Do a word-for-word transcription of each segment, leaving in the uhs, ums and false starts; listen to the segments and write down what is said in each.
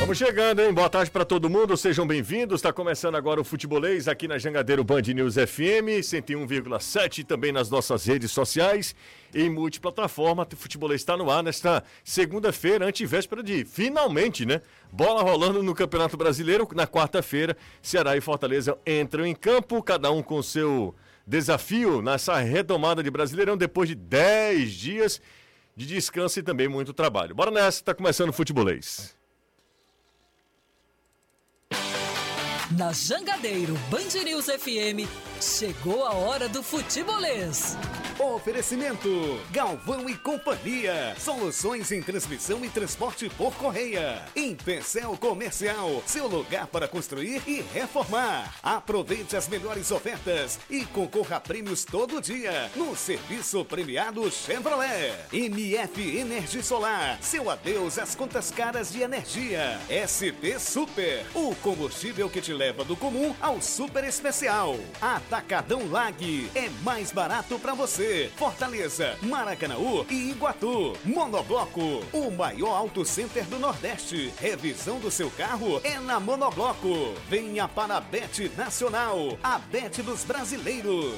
Estamos chegando, hein? Boa tarde para todo mundo, sejam bem-vindos. Está começando agora o Futebolês aqui na Jangadeiro Band News F M, cento e um vírgula sete, também nas nossas redes sociais, em multiplataforma. O Futebolês está no ar nesta segunda-feira, antevéspera de, finalmente, né? Bola rolando no Campeonato Brasileiro. Na quarta-feira, Ceará e Fortaleza entram em campo, cada um com seu desafio nessa retomada de Brasileirão, depois de dez dias de descanso e também muito trabalho. Bora nessa, está começando o Futebolês. Na Jangadeiro Band News F M, chegou a hora do Futebolês. Oferecimento Galvão e Companhia, soluções em transmissão e transporte por correia. Empecel Comercial, seu lugar para construir e reformar. Aproveite as melhores ofertas e concorra a prêmios todo dia no serviço premiado Chevrolet. M F Energia Solar, seu adeus às contas caras de energia. S P Super, o combustível que te leva do comum ao super especial. Atacadão Lag, é mais barato para você. Fortaleza, Maracanaú e Iguatu. Monobloco, o maior auto center do Nordeste. Revisão do seu carro é na Monobloco. Venha para a Bet Nacional, a Bet dos brasileiros.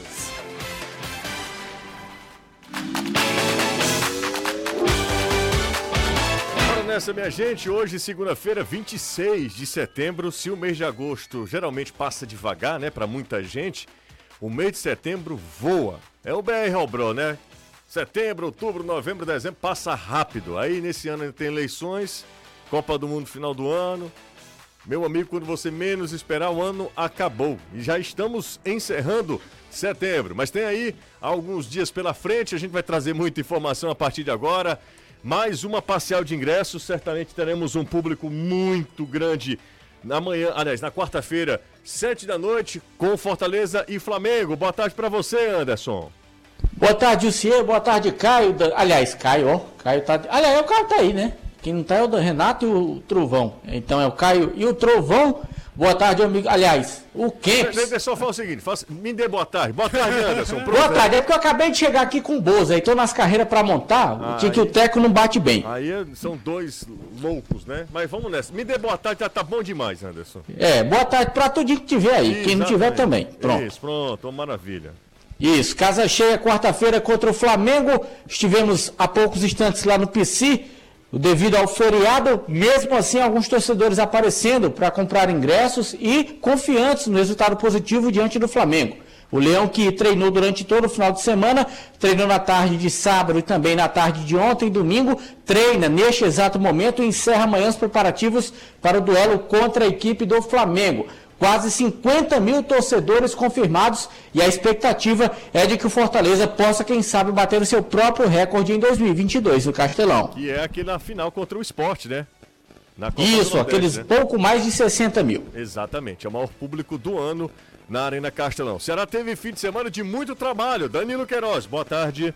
Bora nessa, minha gente. Hoje, segunda-feira, vinte e seis de setembro. Se o mês de agosto geralmente passa devagar, né, para muita gente, o mês de setembro voa. É o B R Robro, né? Setembro, outubro, novembro, dezembro, passa rápido. Aí, nesse ano, tem eleições, Copa do Mundo final do ano. Meu amigo, quando você menos esperar, o ano acabou. E já estamos encerrando setembro. Mas tem aí alguns dias pela frente, a gente vai trazer muita informação a partir de agora. Mais uma parcial de ingressos, certamente teremos um público muito grande na manhã, aliás, na quarta-feira, sete da noite, com Fortaleza e Flamengo. Boa tarde pra você, Anderson. Boa tarde, Jussier. Boa tarde, Caio. Aliás, Caio, ó. Caio tá. Aliás, o Caio tá aí, né? Quem não tá é o Renato e o Trovão. Então é o Caio e o Trovão. Boa tarde, amigo. Aliás, o Kempis. Deixa só falar o seguinte, faça... me dê boa tarde. Boa tarde, Anderson. Pronto, boa tarde, é porque eu acabei de chegar aqui com o Boza, aí tô nas carreiras pra montar, ah, tinha que aí... o teco não bate bem. Aí são dois loucos, né? Mas vamos nessa. Me dê boa tarde, já tá bom demais, Anderson. É, boa tarde pra todo que tiver aí, Exatamente. Quem não tiver também. Pronto. Isso, pronto, maravilha. Isso, casa cheia quarta-feira contra o Flamengo. Estivemos há poucos instantes lá no P C. Devido ao feriado, mesmo assim, alguns torcedores aparecendo para comprar ingressos e confiantes no resultado positivo diante do Flamengo. O Leão, que treinou durante todo o final de semana, treinou na tarde de sábado e também na tarde de ontem e domingo, treina neste exato momento e encerra amanhã os preparativos para o duelo contra a equipe do Flamengo. Quase cinquenta mil torcedores confirmados e a expectativa é de que o Fortaleza possa, quem sabe, bater o seu próprio recorde em dois mil e vinte e dois no Castelão. E é aqui na final contra o Sport, né? Na Copa Isso, Nordeste, aqueles né? pouco mais de sessenta mil. Exatamente, é o maior público do ano na Arena Castelão. O Ceará teve fim de semana de muito trabalho. Danilo Queiroz, boa tarde.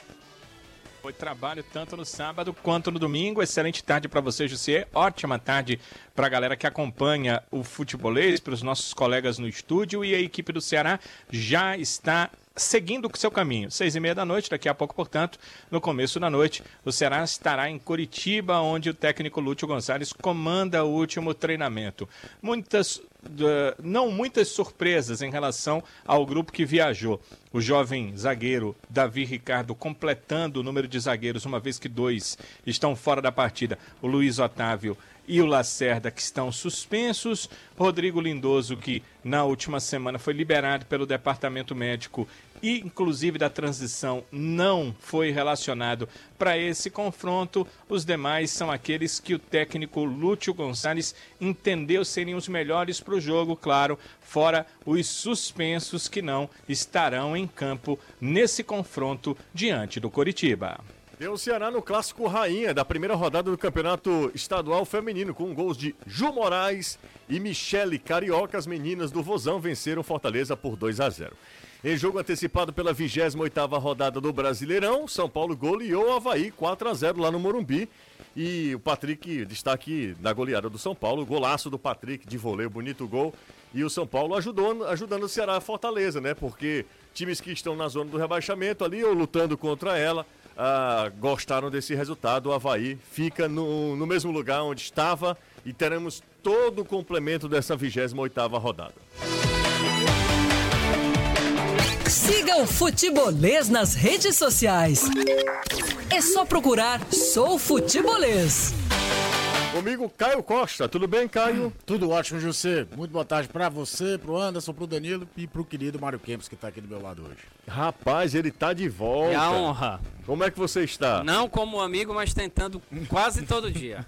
Foi trabalho tanto no sábado quanto no domingo. Excelente tarde para você, Jussier. Ótima tarde para a galera que acompanha o Futebolês, para os nossos colegas no estúdio. E a equipe do Ceará já está seguindo o seu caminho. Seis e meia da noite, daqui a pouco, portanto, no começo da noite, o Ceará estará em Curitiba, onde o técnico Lúcio Gonçalves comanda o último treinamento. Muitas, uh, não muitas surpresas em relação ao grupo que viajou. O jovem zagueiro Davi Ricardo completando o número de zagueiros, uma vez que dois estão fora da partida. O Luiz Otávio e o Lacerda, que estão suspensos. Rodrigo Lindoso, que na última semana foi liberado pelo departamento médico e inclusive da transição, não foi relacionado para esse confronto. Os demais são aqueles que o técnico Lúcio Gonçalves entendeu serem os melhores para o jogo, claro, fora os suspensos que não estarão em campo nesse confronto diante do Coritiba. Deu o Ceará no clássico rainha da primeira rodada do Campeonato Estadual Feminino, com gols de Ju Moraes e Michele Carioca. As meninas do Vozão venceram Fortaleza por dois a zero. Em jogo antecipado pela vigésima oitava rodada do Brasileirão, São Paulo goleou o Avaí quatro a zero lá no Morumbi. E o Patrick, destaque da goleada do São Paulo, golaço do Patrick de voleio, bonito gol. E o São Paulo ajudou, ajudando o Ceará a Fortaleza, né? Porque times que estão na zona do rebaixamento ali, ou lutando contra ela, ah, gostaram desse resultado. O Avaí fica no, no mesmo lugar onde estava e teremos todo o complemento dessa vigésima oitava rodada. Siga o Futebolês nas redes sociais. É só procurar Sou Futebolês. Comigo, Caio Costa. Tudo bem, Caio? Tudo ótimo, José. Muito boa tarde pra você, pro Anderson, pro Danilo e pro querido Mário Kempis, que tá aqui do meu lado hoje. Rapaz, ele tá de volta. É a honra. Como é que você está? Não como amigo, mas tentando quase todo dia.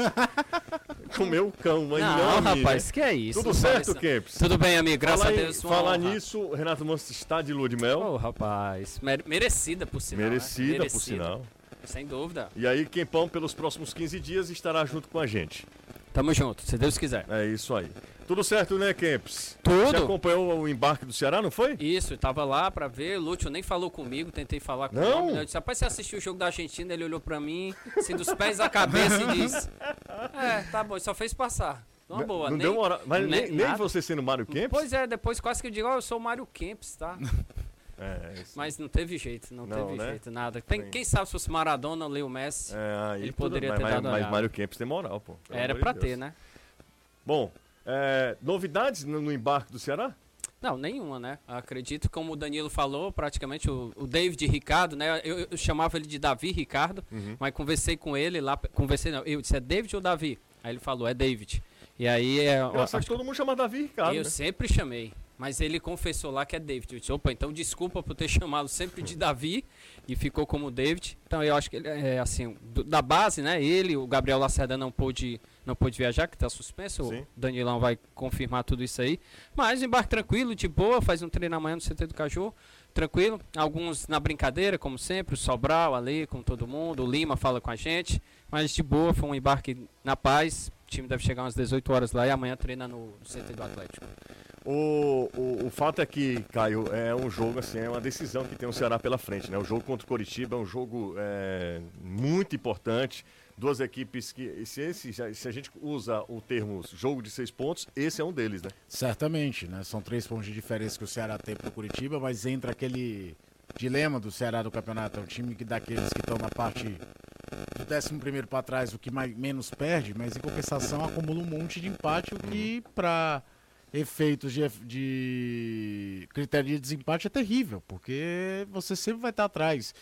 Comeu o cão, mas não, não amigo. Rapaz, que é isso? Tudo certo, Kempis? Tudo bem, amigo, graças falar a Deus. Em, falar honra. Nisso, o Renato Manso está de lua de mel. Ô, oh, rapaz, mere merecida por sinal. Merecida, né? merecida por sinal. Sem dúvida. E aí, Kempão, pelos próximos quinze dias, estará junto com a gente. Tamo junto, se Deus quiser. É isso aí. Tudo certo, né, Kempis? Tudo. Você acompanhou o embarque do Ceará, não foi? Isso, eu tava lá pra ver, o Lúcio nem falou comigo, tentei falar com não. ele. Eu disse, rapaz, você assistiu o jogo da Argentina, ele olhou pra mim, assim, dos pés à cabeça e disse, é, tá bom, só fez passar. Uma boa, não nem, deu uma hora, mas nem, nem você sendo Mário Kempis? Pois é, depois quase que eu digo, ó, oh, eu sou o Mário Kempis, tá? É, mas não teve jeito, não, não teve né? jeito, nada. Tem, quem sabe se fosse Maradona ou Leo Messi, é, aí ele poderia tudo, ter mas, dado Mas Mário Kempis tem moral, pô. Era pra ter, né? Bom, é, novidades no, no embarque do Ceará? Não, nenhuma, né? Acredito, como o Danilo falou, praticamente o, o David Ricardo, né? Eu, eu chamava ele de Davi Ricardo, uhum. mas conversei com ele lá, conversei não, eu disse, é David ou Davi? Aí ele falou, é David. E aí... É, eu acho que todo mundo chama Davi Ricardo, Eu né? sempre chamei, mas ele confessou lá que é David. Eu disse, opa, então desculpa por ter chamado sempre de Davi e ficou como David. Então eu acho que ele é assim, do, da base, né? Ele, o Gabriel Lacerda não pôde, não pôde viajar, que está suspenso. Sim. O Danilão vai confirmar tudo isso aí. Mas embarque tranquilo, de boa, faz um treino amanhã no C T do Caju. Tranquilo, alguns na brincadeira, como sempre, o Sobral ali com todo mundo, o Lima fala com a gente, mas de boa, foi um embarque na paz, o time deve chegar umas dezoito horas lá e amanhã treina no, no C T do Atlético. O, o, o fato é que, Caio, é um jogo, assim, é uma decisão que tem o Ceará pela frente, né? O jogo contra o Coritiba é um jogo é, muito importante, duas equipes que, se, esse, se a gente usa o termo jogo de seis pontos, esse é um deles, né? Certamente, né? São três pontos de diferença que o Ceará tem pro Coritiba, mas entra aquele dilema do Ceará do campeonato, é um time que daqueles que estão na parte do décimo primeiro para trás, o que mais, menos perde, mas em compensação acumula um monte de empate, o que para efeitos de, de critério de desempate é terrível, porque você sempre vai estar atrás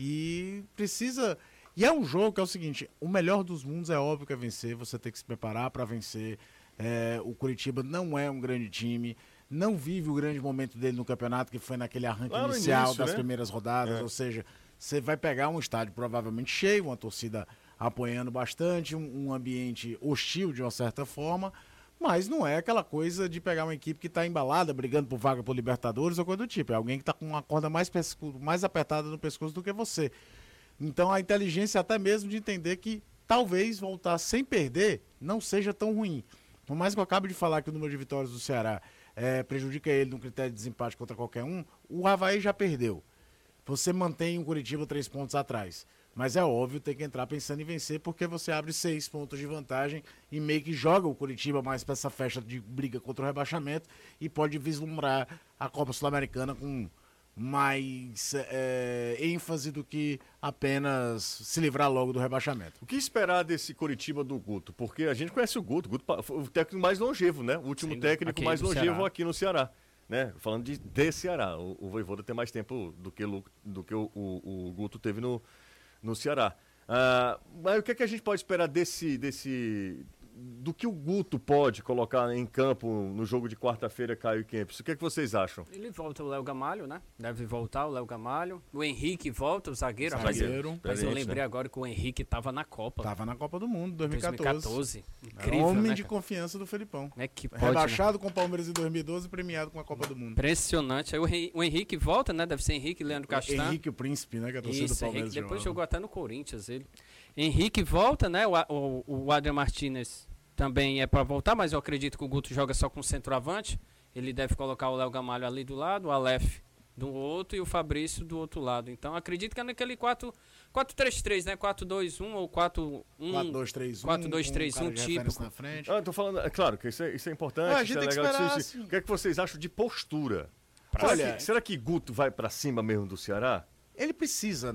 e precisa... E é um jogo que é o seguinte, o melhor dos mundos é óbvio que é vencer, você tem que se preparar para vencer. É, o Coritiba não é um grande time, não vive o grande momento dele no campeonato, que foi naquele arranque Lá inicial início, das né? primeiras rodadas, é. ou seja, você vai pegar um estádio provavelmente cheio, uma torcida apoiando bastante, um, um ambiente hostil de uma certa forma, mas não é aquela coisa de pegar uma equipe que está embalada, brigando por vaga por Libertadores ou coisa do tipo, é alguém que está com uma corda mais, pesco, mais apertada no pescoço do que você. Então a inteligência até mesmo de entender que talvez voltar sem perder não seja tão ruim. Por mais que eu acabe de falar que o número de vitórias do Ceará é, prejudica ele no critério de desempate contra qualquer um, o Avaí já perdeu. Você mantém o Coritiba três pontos atrás. Mas é óbvio, tem que entrar pensando em vencer, porque você abre seis pontos de vantagem e meio que joga o Coritiba mais para essa festa de briga contra o rebaixamento e pode vislumbrar a Copa Sul-Americana com mais é, ênfase do que apenas se livrar logo do rebaixamento. O que esperar desse Coritiba do Guto? Porque a gente conhece o Guto, o Guto foi o técnico mais longevo, né? O último Sim, técnico mais longevo Ceará. aqui no Ceará. Né? Falando de, de Ceará, o, o Vojvoda tem mais tempo do que, do que o, o, o Guto teve no, no Ceará. Ah, mas o que, é que a gente pode esperar desse, desse, do que o Guto pode colocar em campo no jogo de quarta-feira, Caio Kempis? O que, é que vocês acham? Ele volta o Léo Gamalho, né? Deve voltar o Léo Gamalho. O Henrique volta, o zagueiro. zagueiro. Mas, mas eu lembrei agora que o Henrique estava na Copa. Estava na Copa do Mundo, dois mil e quatorze. dois mil e quatorze. Incrível, Homem né, de confiança do Felipão. É que pode, Rebaixado né? com o Palmeiras em dois mil e doze e premiado com a Copa do Mundo. Impressionante. Aí o, Hen o Henrique volta, né? Deve ser Henrique e Leandro Castan. Henrique, o príncipe, né? Que é a torcida do Palmeiras. Henrique, depois jogou até no Corinthians, ele. Henrique volta, né? O, o, o Adrian Martinez também é para voltar, mas eu acredito que o Guto joga só com centroavante. Ele deve colocar o Léo Gamalho ali do lado, o Aleph do outro e o Fabrício do outro lado. Então acredito que é naquele quatro três três, né? quatro dois um ou quatro um. quatro dois três um. quatro dois três um típico. Na frente. Ah, eu tô falando, é claro que isso é, isso é importante, ah, isso é legal. Isso, isso. O que é que vocês acham de postura? Será, Olha, que, será que Guto vai para cima mesmo do Ceará? Ele precisa, né?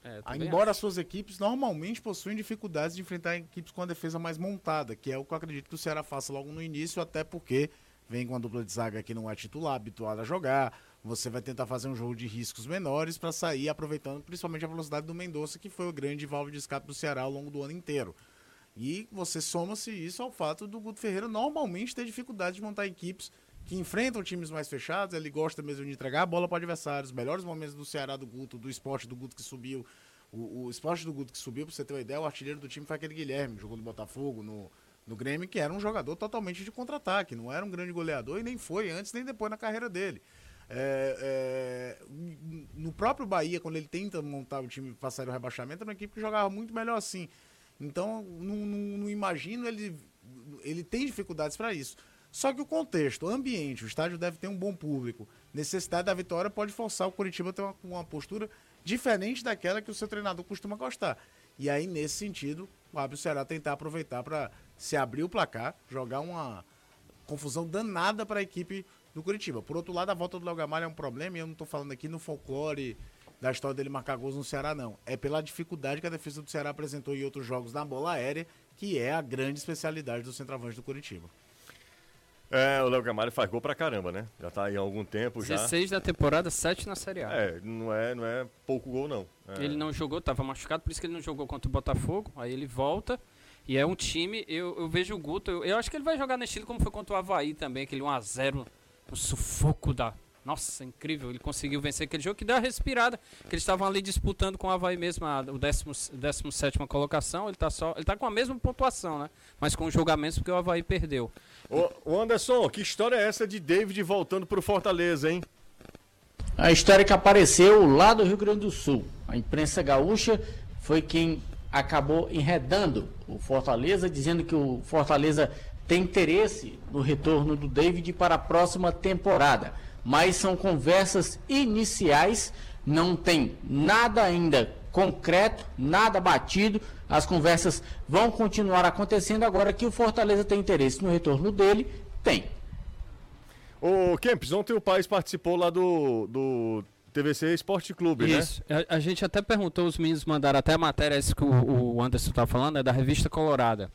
É, Embora acho. as suas equipes normalmente possuem dificuldades de enfrentar equipes com a defesa mais montada, que é o que eu acredito que o Ceará faça logo no início, até porque vem com a dupla de zaga que não é titular, habituada a jogar. Você vai tentar fazer um jogo de riscos menores para sair aproveitando principalmente a velocidade do Mendonça, que foi o grande válvula de escape do Ceará ao longo do ano inteiro. E você soma-se isso ao fato do Guto Ferreira normalmente ter dificuldade de montar equipes que enfrentam times mais fechados. Ele gosta mesmo de entregar a bola para adversários. Os melhores momentos do Ceará do Guto, do Sport do Guto que subiu. O, o Sport do Guto que subiu, para você ter uma ideia, o artilheiro do time foi aquele Guilherme, que jogou no Botafogo, no, no Grêmio, que era um jogador totalmente de contra-ataque. Não era um grande goleador e nem foi antes nem depois na carreira dele. É, é, no próprio Bahia, quando ele tenta montar o time para sair do rebaixamento, era uma equipe que jogava muito melhor assim. Então, não, não, não imagino, ele, ele tem dificuldades para isso. Só que o contexto, o ambiente, o estádio deve ter um bom público. Necessidade da vitória pode forçar o Coritiba a ter uma, uma postura diferente daquela que o seu treinador costuma gostar. E aí, nesse sentido, cabe o Ceará tentar aproveitar para se abrir o placar, jogar uma confusão danada para a equipe do Coritiba. Por outro lado, a volta do Léo Gamalho é um problema, e eu não estou falando aqui no folclore da história dele marcar gols no Ceará, não. É pela dificuldade que a defesa do Ceará apresentou em outros jogos na bola aérea, que é a grande especialidade do centroavante do Coritiba. É, o Léo Gamalho faz gol pra caramba, né? Já tá aí há algum tempo já. dezesseis da temporada, sete na Série A. É, não é, não é pouco gol, não. É. Ele não jogou, tava machucado, por isso que ele não jogou contra o Botafogo. Aí ele volta e é um time, eu, eu vejo o Guto, eu, eu acho que ele vai jogar no estilo como foi contra o Avaí também, aquele um a zero no sufoco da... Nossa, incrível, ele conseguiu vencer aquele jogo que deu a respirada, que eles estavam ali disputando com o Avaí mesmo a, o décima sétima colocação, ele tá, só, ele tá com a mesma pontuação, né? Mas com o jogo a menos porque o Avaí perdeu. Ô, ô Anderson, que história é essa de David voltando pro Fortaleza, hein? A história que apareceu lá do Rio Grande do Sul. A imprensa gaúcha foi quem acabou enredando o Fortaleza, dizendo que o Fortaleza tem interesse no retorno do David para a próxima temporada. Mas são conversas iniciais, não tem nada ainda concreto, nada batido. As conversas vão continuar acontecendo. Agora que o Fortaleza tem interesse no retorno dele, tem. Ô Kempis, ontem o Paes participou lá do, do T V C Esporte Clube, Isso. né? A, a gente até perguntou, os meninos mandaram até a matéria, essa que o, o Anderson está falando, é da Revista Colorada.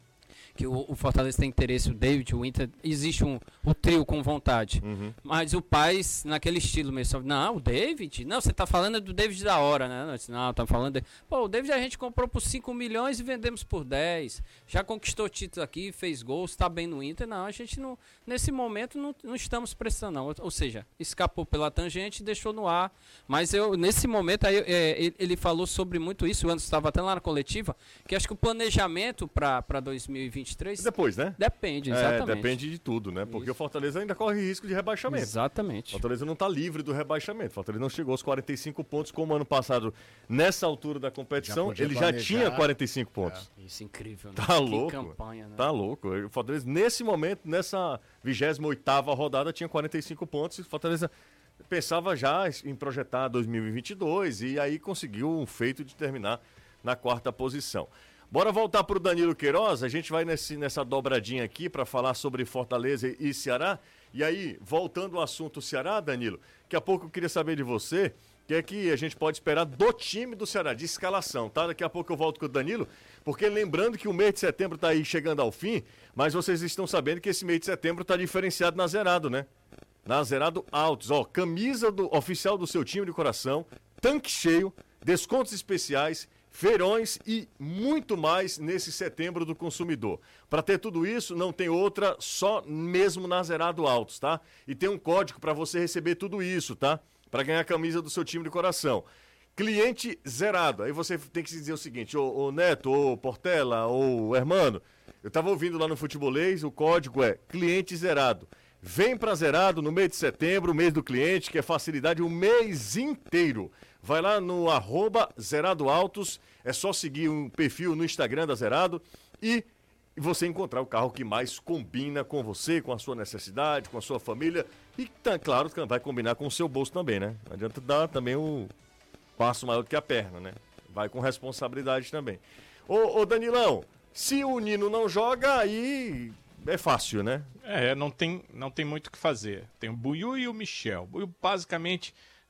Que o, o Fortaleza tem interesse, o David, o Inter, existe um o trio com vontade. Uhum. Mas o Paes, naquele estilo mesmo, não, o David? Não, você tá falando do David da hora, né? Não, tá falando... De... Pô, o David a gente comprou por cinco milhões e vendemos por dez. Já conquistou título aqui, fez gols, tá bem no Inter. Não, a gente não... Nesse momento não, não estamos prestando, não. Ou, ou seja, escapou pela tangente e deixou no ar. Mas eu, nesse momento, aí, é, ele falou sobre muito isso, o Anderson estava até lá na coletiva, que acho que o planejamento para dois mil e vinte e três... Depois, né? Depende, exatamente. É, depende de tudo, né? Porque isso. O Fortaleza ainda corre risco de rebaixamento. Exatamente. O Fortaleza não está livre do rebaixamento. O Fortaleza não chegou aos quarenta e cinco pontos, como ano passado, nessa altura da competição, já ele planejar. já tinha quarenta e cinco pontos. É. Isso é incrível, né? Tá que louco. campanha, né? Tá louco. O Fortaleza, nesse momento, nessa vigésima oitava rodada, tinha quarenta e cinco pontos. E o Fortaleza pensava já em projetar dois mil e vinte e dois e aí conseguiu um feito de terminar na quarta posição. Bora voltar para o Danilo Queiroz, a gente vai nesse, nessa dobradinha aqui para falar sobre Fortaleza e Ceará. E aí, voltando ao assunto Ceará, Danilo, daqui a pouco eu queria saber de você, o que é que a gente pode esperar do time do Ceará, de escalação, tá? Daqui a pouco eu volto com o Danilo, porque lembrando que o mês de setembro está aí chegando ao fim, mas vocês estão sabendo que esse mês de setembro está diferenciado na Zerado, né? Na Zerado Autos, ó, camisa do, oficial do seu time de coração, tanque cheio, descontos especiais, feirões e muito mais nesse setembro do consumidor. Para ter tudo isso, não tem outra, só mesmo na Zerado Autos, tá? E tem um código para você receber tudo isso, tá? Para ganhar a camisa do seu time de coração. Cliente zerado. Aí você tem que dizer o seguinte, ô, ô Neto, ô Portela, ô Hermano, eu tava ouvindo lá no Futebolês, o código é cliente zerado. Vem para Zerado no mês de setembro, o mês do cliente, que é facilidade o mês inteiro. Vai lá no arroba Zerado Autos, é só seguir um perfil no Instagram da Zerado e você encontrar o carro que mais combina com você, com a sua necessidade, com a sua família e, tá, claro, vai combinar com o seu bolso também, né? Não adianta dar também um passo maior do que a perna, né? Vai com responsabilidade também. Ô, ô Danilão, se o Nino não joga, aí é fácil, né? É, não tem, não tem muito o que fazer. Tem o Buiú e o Michel. O Buiú basicamente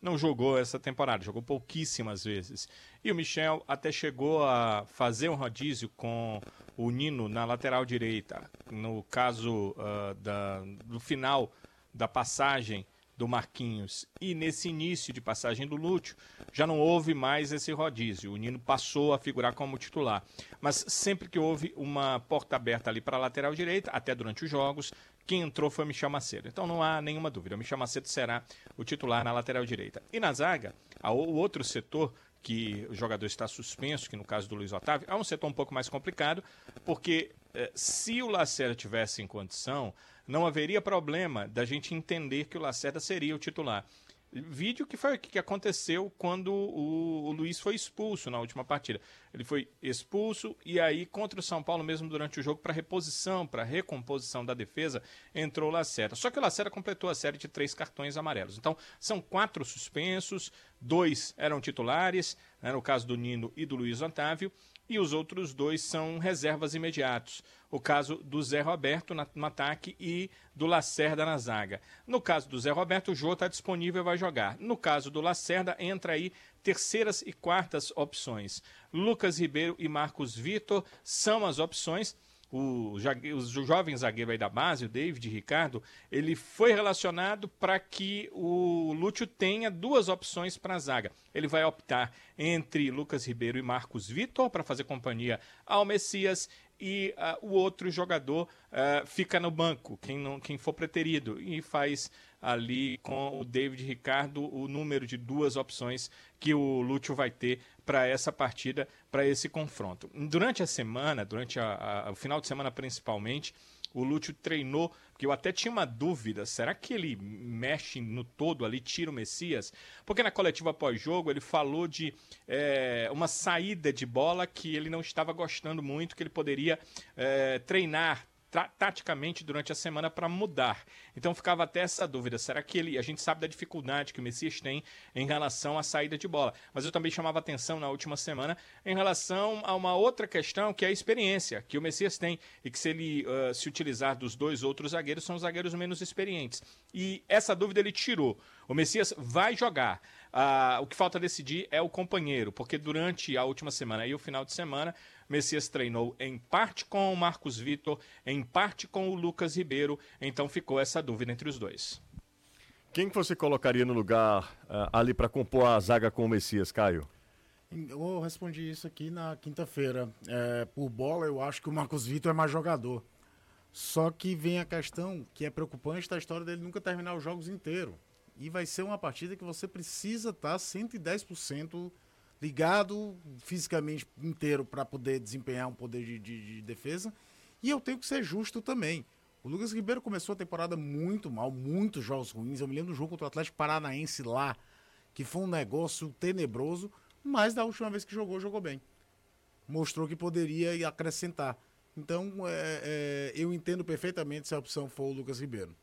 não jogou essa temporada, jogou pouquíssimas vezes. E o Michel até chegou a fazer um rodízio com o Nino na lateral direita, no caso uh, da, do final da passagem do Marquinhos e nesse início de passagem do Lúcio, já não houve mais esse rodízio. O Nino passou a figurar como titular. Mas sempre que houve uma porta aberta ali para a lateral direita, até durante os jogos, quem entrou foi o Michel Macedo. Então não há nenhuma dúvida, o Michel Macedo será o titular na lateral direita. E na zaga, o outro setor que o jogador está suspenso, que no caso do Luiz Otávio, é um setor um pouco mais complicado, porque eh, se o Lacerda tivesse em condição, não haveria problema da gente entender que o Lacerda seria o titular. Vídeo que foi o que aconteceu quando o, o Luiz foi expulso na última partida. Ele foi expulso e aí contra o São Paulo mesmo durante o jogo, para reposição, para recomposição da defesa, entrou o Lacerda. Só que o Lacerda completou a série de três cartões amarelos. Então são quatro suspensos, dois eram titulares, né, no caso do Nino e do Luiz Otávio, e os outros dois são reservas imediatos. O caso do Zé Roberto na, no ataque e do Lacerda na zaga. No caso do Zé Roberto, o Jô está disponível e vai jogar. No caso do Lacerda, entra aí terceiras e quartas opções. Lucas Ribeiro e Marcos Vitor são as opções. O, o jovem zagueiro aí da base, o David Ricardo, ele foi relacionado para que o Lúcio tenha duas opções para a zaga. Ele vai optar entre Lucas Ribeiro e Marcos Vitor para fazer companhia ao Messias, e uh, o outro jogador uh, fica no banco, quem, não, quem for preterido, e faz ali com o David Ricardo o número de duas opções que o Lúcio vai ter para essa partida, para esse confronto. Durante a semana, durante a, a, o final de semana principalmente, o Lúcio treinou, porque eu até tinha uma dúvida, será que ele mexe no todo ali, tira o Messias? Porque na coletiva pós-jogo ele falou de é, uma saída de bola que ele não estava gostando muito, que ele poderia é, treinar taticamente durante a semana para mudar. Então ficava até essa dúvida, será que ele, a gente sabe da dificuldade que o Messias tem em relação à saída de bola, mas eu também chamava atenção na última semana em relação a uma outra questão, que é a experiência que o Messias tem, e que se ele uh, se utilizar dos dois outros zagueiros, são zagueiros menos experientes. E essa dúvida ele tirou. O Messias vai jogar. Uh, o que falta decidir é o companheiro, porque durante a última semana e o final de semana, Messias treinou em parte com o Marcos Vitor, em parte com o Lucas Ribeiro, então ficou essa dúvida entre os dois. Quem que você colocaria no lugar uh, ali para compor a zaga com o Messias, Caio? Eu respondi isso aqui na quinta-feira. É, por bola, eu acho que o Marcos Vitor é mais jogador. Só que vem a questão que é preocupante da história dele nunca terminar os jogos inteiros. E vai ser uma partida que você precisa estar cento e dez por cento ligado fisicamente inteiro para poder desempenhar um poder de, de, de defesa. E eu tenho que ser justo também. O Lucas Ribeiro começou a temporada muito mal, muitos jogos ruins. Eu me lembro do jogo contra o Atlético Paranaense lá, que foi um negócio tenebroso, mas da última vez que jogou, jogou bem. Mostrou que poderia acrescentar. Então, é, é, eu entendo perfeitamente se a opção for o Lucas Ribeiro.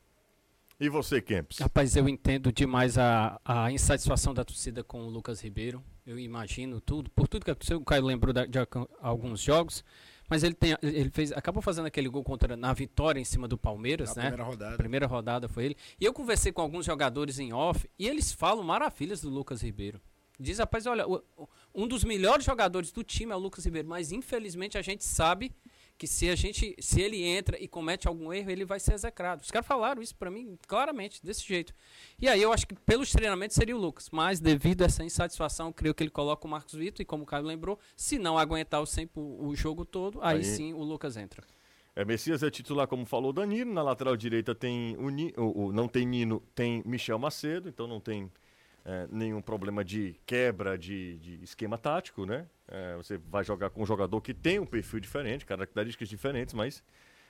E você, Kempis? Rapaz, eu entendo demais a, a insatisfação da torcida com o Lucas Ribeiro. Eu imagino tudo, por tudo que aconteceu, o Caio lembrou de, de alguns jogos, mas ele, tem, ele fez, acabou fazendo aquele gol contra, na vitória em cima do Palmeiras, na né? Primeira rodada. Primeira rodada foi ele. E eu conversei com alguns jogadores em off e eles falam maravilhas do Lucas Ribeiro. Diz, rapaz, olha, o, um dos melhores jogadores do time é o Lucas Ribeiro, mas infelizmente a gente sabe que se, a gente, se ele entra e comete algum erro, ele vai ser execrado. Os caras falaram isso pra mim claramente, desse jeito. E aí eu acho que pelos treinamentos seria o Lucas, mas devido a essa insatisfação, eu creio que ele coloca o Marcos Vitor, e como o Caio lembrou, se não aguentar o, sempre, o jogo todo, aí, aí sim o Lucas entra. É, Messias é titular, como falou o Danilo, na lateral direita tem o, o, o não tem Nino, tem Michel Macedo, então não tem é, nenhum problema de quebra de, de esquema tático, né? É, você vai jogar com um jogador que tem um perfil diferente, características diferentes, mas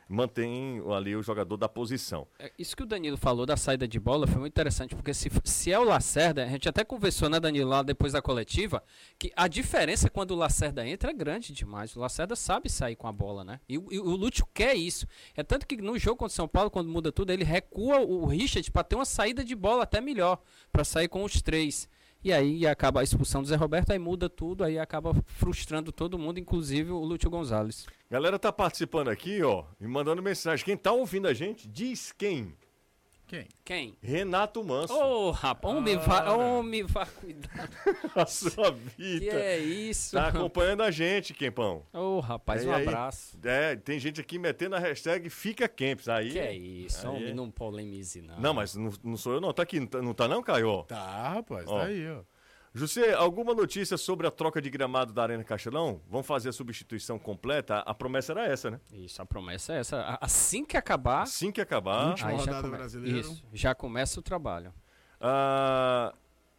mantém ali o jogador da posição. É, isso que o Danilo falou da saída de bola foi muito interessante, porque se, se é o Lacerda, a gente até conversou, né, Danilo, lá depois da coletiva, que a diferença quando o Lacerda entra é grande demais. O Lacerda sabe sair com a bola, né? E, e o Lúcio quer isso. É tanto que no jogo contra o São Paulo, quando muda tudo, ele recua o Richard para ter uma saída de bola até melhor, para sair com os três. E aí acaba a expulsão do Zé Roberto, aí muda tudo, aí acaba frustrando todo mundo, inclusive o Lúcio Gonzalez. Galera tá participando aqui, ó, e mandando mensagem. Quem tá ouvindo a gente, diz quem? Quem? Quem? Renato Manso. Ô, oh, rapaz, homem, Ah, vá, homem, vá cuidar. A sua vida. Que é isso? Tá acompanhando a gente, Kempão. Ô, oh, rapaz, E um aí? abraço. É, tem gente aqui metendo a hashtag Fica Kempis. Aí, Que é isso, aí- homem, não polemize, não. Não, mas não, não sou eu não. Tá aqui, não tá não, tá não Caio? Tá, rapaz, Ó. tá aí, ó. José, alguma notícia sobre a troca de gramado da Arena Castelão? Vão fazer a substituição completa? A, a promessa era essa, né? Isso, a promessa é essa. A- Assim que acabar, Assim que acabar. Última aí já, rodada come... brasileira. isso, já começa o trabalho. Ah,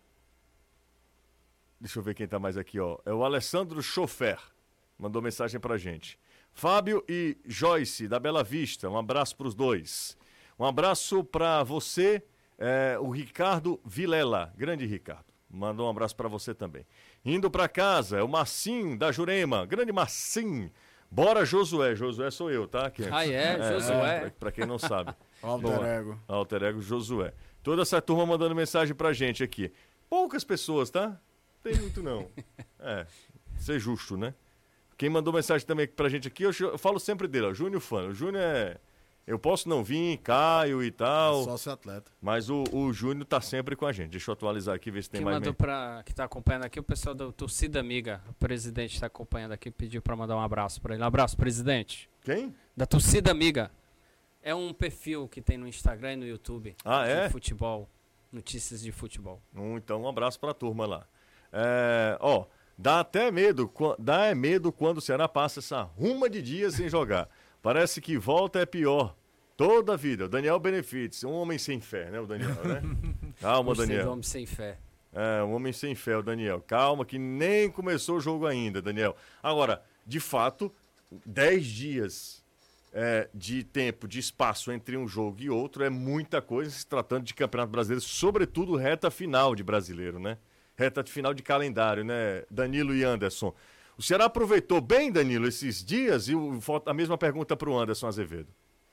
deixa eu ver quem tá mais aqui, ó. É o Alessandro Chofer. Mandou mensagem pra gente. Fábio e Joyce, da Bela Vista. Um abraço pros dois. Um abraço pra você, é, o Ricardo Vilela. Grande Ricardo. Mandou um abraço pra você também. Indo pra casa, é o Marcinho da Jurema. Grande Marcinho. Bora, Josué. Josué sou eu, tá? Quem- Ah, é? Josué? Pra, pra quem não sabe. Alter Boa. ego. Alter ego Josué. Toda essa turma mandando mensagem pra gente aqui. Poucas pessoas, tá? Tem muito não. É, ser justo, né? Quem mandou mensagem também pra gente aqui, eu, eu falo sempre dele, ó, Júnior Fã. O Júnior é... Eu posso não vir, Caio e tal, Sócio atleta. mas o, o Júnior tá sempre com a gente. Deixa eu atualizar aqui, ver se tem Quem mais... mandou men- pra. Que tá acompanhando aqui, o pessoal do Torcida Amiga. O presidente tá acompanhando aqui, pediu pra mandar um abraço pra ele. Um abraço, presidente. Quem? Da Torcida Amiga. É um perfil que tem no Instagram e no YouTube. Ah, é? De futebol. Notícias de futebol. Um, então, um abraço pra turma lá. É, ó, dá até medo, qua- dá é medo quando o Ceará passa essa ruma de dias sem jogar. Parece que volta é pior. Toda a vida. O Daniel Benefites, um homem sem fé, né, o Daniel, né? Calma, Gostei do Daniel. homem sem fé. É, um homem sem fé, o Daniel. Calma, que nem começou o jogo ainda, Daniel. Agora, de fato, dez dias é, de tempo, de espaço entre um jogo e outro é muita coisa se tratando de Campeonato Brasileiro, sobretudo reta final de brasileiro, né? Reta final de calendário, né, Danilo e Anderson? O Ceará aproveitou bem, Danilo, esses dias? E o, a mesma pergunta para o Anderson Azevedo.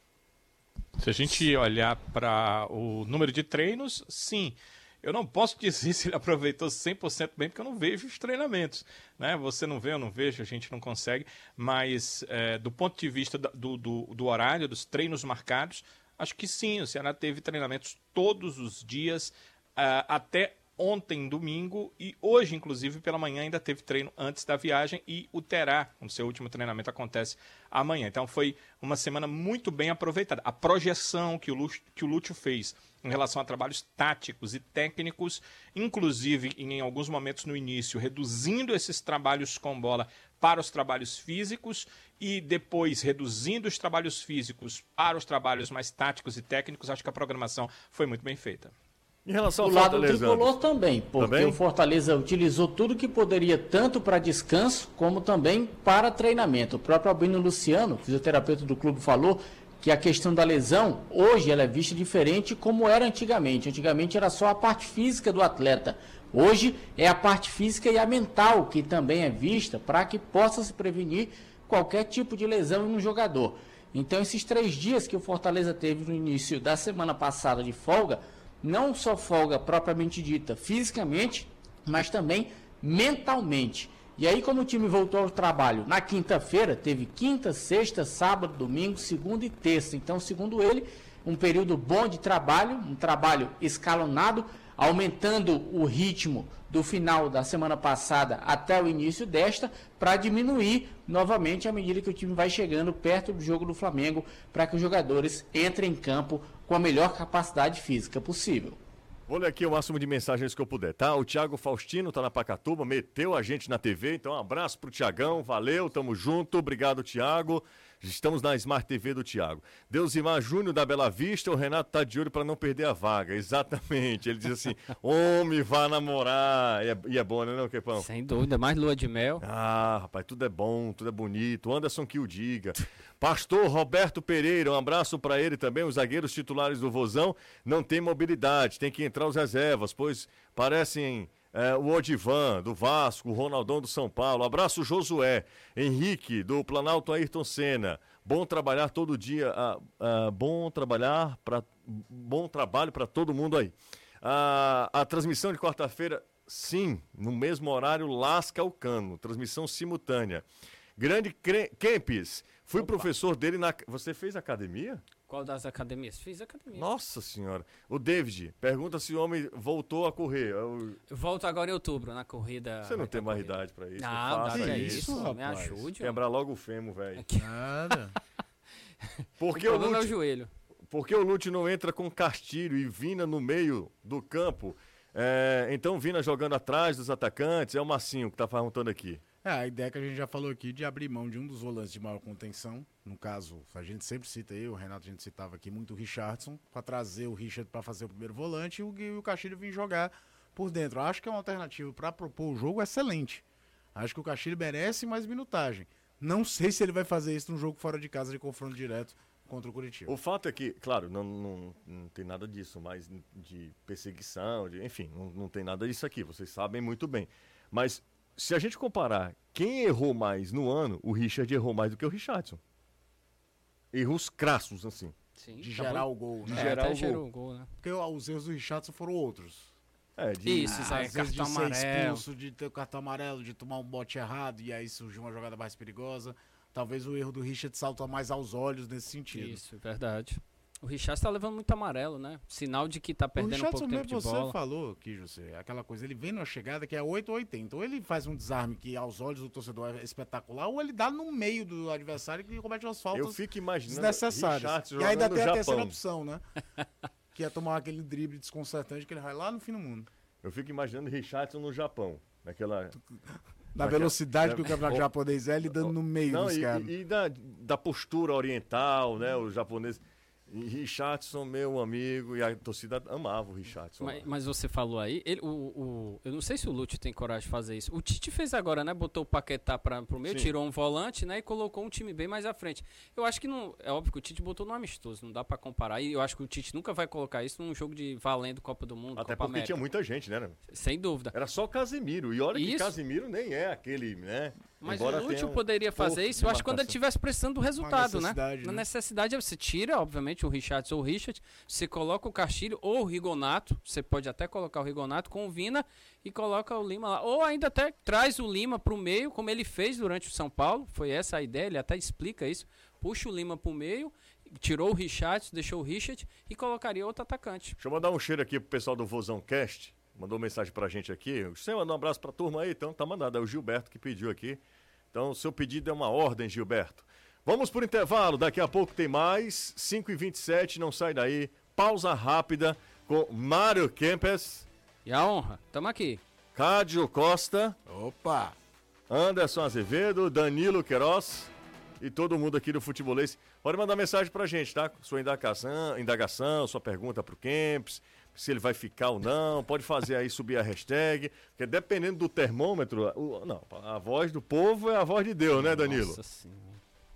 Se a gente olhar para o número de treinos, sim. Eu não posso dizer se ele aproveitou cem por cento bem, porque eu não vejo os treinamentos. Né? Você não vê, eu não vejo, a gente não consegue. Mas, é, do ponto de vista do, do, do horário, dos treinos marcados, acho que sim. O Ceará teve treinamentos todos os dias, uh, até ontem, domingo, e hoje, inclusive, pela manhã, ainda teve treino antes da viagem e o terá, o seu último treinamento acontece amanhã. Então foi uma semana muito bem aproveitada. A projeção que o Lúcio, que o Lúcio fez em relação a trabalhos táticos e técnicos, inclusive em alguns momentos no início, reduzindo esses trabalhos com bola para os trabalhos físicos e depois reduzindo os trabalhos físicos para os trabalhos mais táticos e técnicos, acho que a programação foi muito bem feita. Em relação ao Do lado do Fortaleza, tricolor Anderson. também, porque Também? o Fortaleza utilizou tudo que poderia, tanto para descanso, como também para treinamento. O próprio Albino Luciano, fisioterapeuta do clube, falou que a questão da lesão, hoje ela é vista diferente como era antigamente. Antigamente era só a parte física do atleta. Hoje é a parte física e a mental que também é vista para que possa se prevenir qualquer tipo de lesão no jogador. Então esses três dias que o Fortaleza teve no início da semana passada de folga, não só folga propriamente dita fisicamente, mas também mentalmente. E aí, como o time voltou ao trabalho na quinta-feira, teve quinta, sexta, sábado, domingo, segunda e terça. Então, segundo ele, um período bom de trabalho, um trabalho escalonado, aumentando o ritmo do final da semana passada até o início desta, para diminuir novamente à medida que o time vai chegando perto do jogo do Flamengo, para que os jogadores entrem em campo com a melhor capacidade física possível. Vou ler aqui o máximo de mensagens que eu puder, tá? O Thiago Faustino tá na Pacatuba, meteu a gente na T V, então um abraço pro Thiagão, valeu, tamo junto, obrigado, Thiago. Estamos na Smart T V do Thiago. Deusimar Júnior da Bela Vista, o Renato tá de olho para não perder a vaga. Exatamente. Ele diz assim: homem, vá namorar. E é, e é bom, né, não, Quepão? Sem dúvida, mais lua de mel. Ah, rapaz, tudo é bom, tudo é bonito. Anderson que o diga. Pastor Roberto Pereira, um abraço para ele também. Os zagueiros titulares do Vozão não tem mobilidade, tem que entrar os reservas, pois parecem. É, o Odivan, do Vasco, o Ronaldão do São Paulo. Abraço, Josué. Henrique, do Planalto Ayrton Senna. Bom trabalhar todo dia. Ah, ah, bom trabalhar para bom trabalho para todo mundo aí. Ah, a transmissão de quarta-feira, sim, no mesmo horário, lasca o cano. Transmissão simultânea. Grande Kempis, Fui Opa. professor dele na... Você fez academia? Qual das academias? Fiz academia. Nossa senhora. O David, pergunta se o homem voltou a correr. Eu... Eu volto agora em outubro, na corrida. Você não tem mais corrida. idade pra isso. Não, faça dá que é isso. isso, me rapaz. ajude. Quebrar logo o fêmur, velho. Nada. Porque O o problema é o Lute, joelho. porque o Lute não entra com Castilho e Vina no meio do campo. É, então Vina jogando atrás dos atacantes. É o Marcinho que tá perguntando aqui. É, a ideia que a gente já falou aqui de abrir mão de um dos volantes de maior contenção. No caso, a gente sempre cita aí, o Renato a gente citava aqui muito o Richardson, para trazer o Richard para fazer o primeiro volante e o, e o Castilho vir jogar por dentro. Eu acho que é uma alternativa para propor o jogo excelente. Acho que o Castilho merece mais minutagem. Não sei se ele vai fazer isso num jogo fora de casa de confronto direto contra o Curitiba. O fato é que, claro, não, não, não tem nada disso, mas de perseguição, de, enfim, não, não tem nada disso aqui, vocês sabem muito bem. Mas se a gente comparar quem errou mais no ano, o Richard errou mais do que o Richardson. Erros crassos, assim. Sim. De gerar o gol, de né? É, gerar até o gol. gerou o gol, né? Porque os erros do Richardson foram outros. É, de... Isso, Às é, vezes cartão de ser amarelo. expulso, de ter o cartão amarelo, de tomar um bote errado e aí surgiu uma jogada mais perigosa. Talvez o erro do Richard salta mais aos olhos nesse sentido. Isso, é verdade. O Richard tá levando muito amarelo, né? Sinal de que tá O perdendo um Richardson pouco tempo de mesmo, você bola. falou aqui, José, aquela coisa, ele vem numa chegada que é oito ou oitenta. Ou ele faz um desarme que aos olhos do torcedor é espetacular, ou ele dá no meio do adversário que comete umas faltas Eu fico imaginando desnecessárias. Richardson E ainda jogando tem no a terceira Japão. opção, né? Que é tomar aquele drible desconcertante que ele vai lá no fim do mundo. Eu fico imaginando Richardson no Japão. Naquela... Na Naquela- velocidade que o campeonato Oh, japonês é, ele dando no meio Não, dos e, caras. e- e da, da postura oriental, né? O japonês. E Richardson, meu amigo, e a torcida amava o Richardson. Mas, mas você falou aí, ele, o, o, eu não sei se o Lúcio tem coragem de fazer isso. O Tite fez agora, né? Botou o Paquetá para pro meio, Sim. tirou um volante, né? E colocou um time bem mais à frente. Eu acho que não. É óbvio que o Tite botou no amistoso, não dá para comparar. E eu acho que o Tite nunca vai colocar isso num jogo de valendo Copa do Mundo, Até Copa porque América. tinha muita gente, né? Sem dúvida. Era só o Casemiro. E olha que Isso. Casemiro nem é aquele, né? Mas Embora o Lúcio tenha um poderia fazer pouco isso, de eu acho que quando ele marcação. estivesse precisando do resultado, né? necessidade, Na né? necessidade, você tira, obviamente, o Richardson ou o Richard, você coloca o Castilho ou o Rigonato, você pode até colocar o Rigonato com o Vina e coloca o Lima lá. Ou ainda até traz o Lima pro meio, como ele fez durante o São Paulo, foi essa a ideia, ele até explica isso. Puxa o Lima pro meio, tirou o Richardson, deixou o Richard e colocaria outro atacante. Deixa eu mandar um cheiro aqui pro pessoal do Vozão Cast. Mandou mensagem pra gente aqui. Você mandou um abraço pra turma aí, então tá mandado. É o Gilberto que pediu aqui. Então, seu pedido é uma ordem, Gilberto. Vamos por intervalo, daqui a pouco tem mais. cinco e vinte e sete, não sai daí. Pausa rápida com Mário Kempes, E a honra, tamo aqui. Cádio Costa, Opa! Anderson Azevedo, Danilo Queiroz e todo mundo aqui do Futebolês. Pode mandar mensagem pra gente, tá? Sua indagação, indagação sua pergunta pro Kempes, se ele vai ficar ou não. Pode fazer aí, subir a hashtag, porque dependendo do termômetro, o- não, a voz do povo é a voz de Deus, né, Danilo? Nossa Senhora.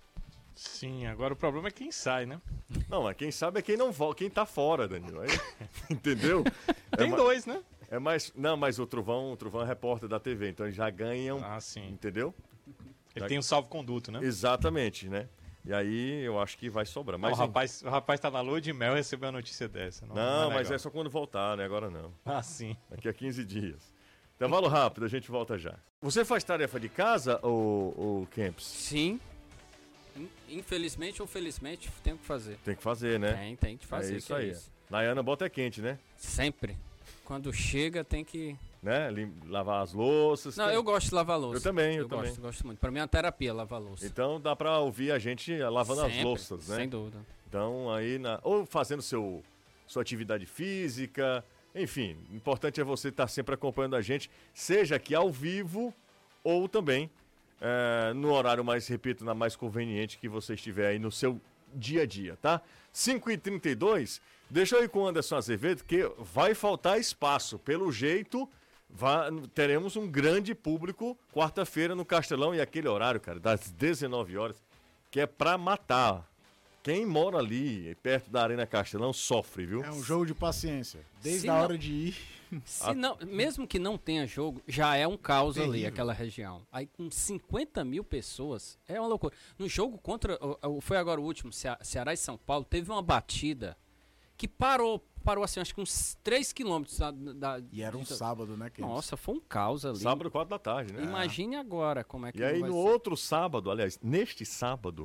Sim, agora o problema é quem sai, né? Não, mas quem sabe é quem não volta, quem tá fora, Danilo. Aí, entendeu? Tem é ma- dois, né? É mais, não, mas o Trovão, o Trovão é repórter da T V, então ele já ganha, um, Ah, sim. entendeu? Ele tem um salvo-conduto, né? Exatamente, né? E aí eu acho que vai sobrar. Mas Mas, o, rapaz, o rapaz tá na lua de mel e recebeu uma notícia dessa. Não, não, é mas legal. é só quando voltar, né? Agora não. Ah, sim. Daqui a quinze dias. Intervalo rápido, a gente volta já. Você faz tarefa de casa, ou, ou Kempes? Sim. In- Infelizmente ou felizmente, tem que fazer. Tem que fazer, né? Tem, tem que fazer. é isso que aí. É isso. Nayana bota é quente, né? Sempre. Quando chega, tem que. né? Lim- Lavar as louças. Não, tem- eu gosto de lavar louça. Eu também, eu eu também. gosto, gosto muito. Pra mim é uma terapia lavar louça. Então dá pra ouvir a gente lavando Sempre, as louças, né? Sem dúvida. Então aí, na... ou fazendo seu, sua atividade física, enfim, o importante é você estar sempre acompanhando a gente, seja aqui ao vivo ou também é, no horário mais, repito, na mais conveniente que você estiver aí no seu dia a dia, tá? cinco e trinta e dois, deixa eu ir com o Anderson Azevedo, que vai faltar espaço. Pelo jeito, vá- teremos um grande público quarta-feira no Castelão, e aquele horário, cara, das dezenove horas, que é pra matar. Quem mora ali, perto da Arena Castelão, sofre, viu? É um jogo de paciência. Desde Se a não- hora de ir. Se não, mesmo que não tenha jogo, já é um caos ali, Terrível. aquela região. Aí com cinquenta mil pessoas, é uma loucura. No jogo contra, o- o- foi agora o último, Ce- Ceará e São Paulo, teve uma batida que parou, parou assim, acho que uns três quilômetros da... da- E era um de- sábado, né, Kempis? Nossa, foi um caos ali. Sábado, quatro da tarde, né? Imagine agora como é que E aí, vai no ser. outro sábado, aliás, neste sábado,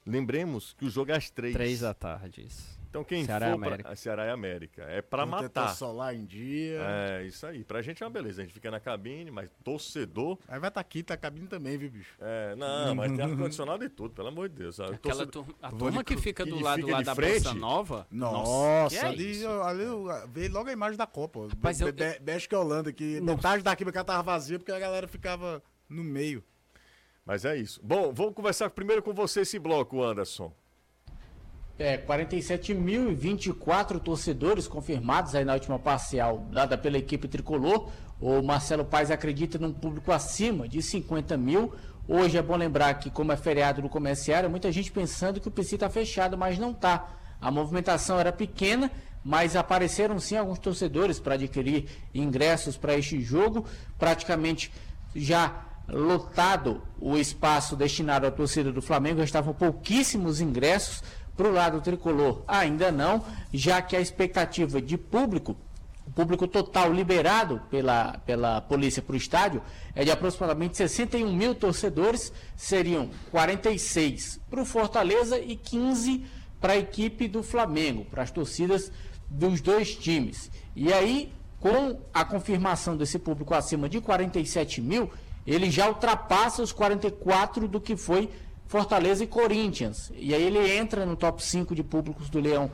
lembremos que o jogo é às três. Três da tarde, isso. Então quem Ceará for e América. Pra, Ceará e América, é pra Protetor matar. solar em dia. É, isso aí. Pra gente é uma beleza, a gente fica na cabine, mas torcedor... Aí vai estar aqui, tá a cabine também, viu, bicho? É, não, mas tem ar-condicionado e tudo, pelo amor de Deus. sabe? Aquela Torcedor- turma, a turma que fica que do lado fica lá de da frente? Bossa Nova. Nossa, que é ali, isso? eu- ali eu veio logo a imagem da Copa. Mas eu- Be- Bélgica e Holanda, que metade da arquibancada tava vazia porque a galera ficava no meio. Mas é isso. Bom, vamos conversar primeiro com você esse bloco, Anderson. É, quarenta e sete mil e vinte e quatro torcedores confirmados aí na última parcial dada pela equipe tricolor. O Marcelo Paes acredita num público acima de cinquenta mil. Hoje é bom lembrar que, como é feriado no comerciário, muita gente pensando que o P C está fechado, mas não está. A movimentação era pequena, mas apareceram sim alguns torcedores para adquirir ingressos para este jogo. Praticamente já lotado o espaço destinado à torcida do Flamengo, estavam pouquíssimos ingressos. Para o lado tricolor, ainda não, já que a expectativa de público, o público total liberado pela, pela polícia para o estádio, é de aproximadamente sessenta e um mil torcedores, seriam quarenta e seis para o Fortaleza e quinze para a equipe do Flamengo, para as torcidas dos dois times. E aí, com a confirmação desse público acima de quarenta e sete mil, ele já ultrapassa os quarenta e quatro do que foi Fortaleza e Corinthians. E aí ele entra no top cinco de públicos do Leão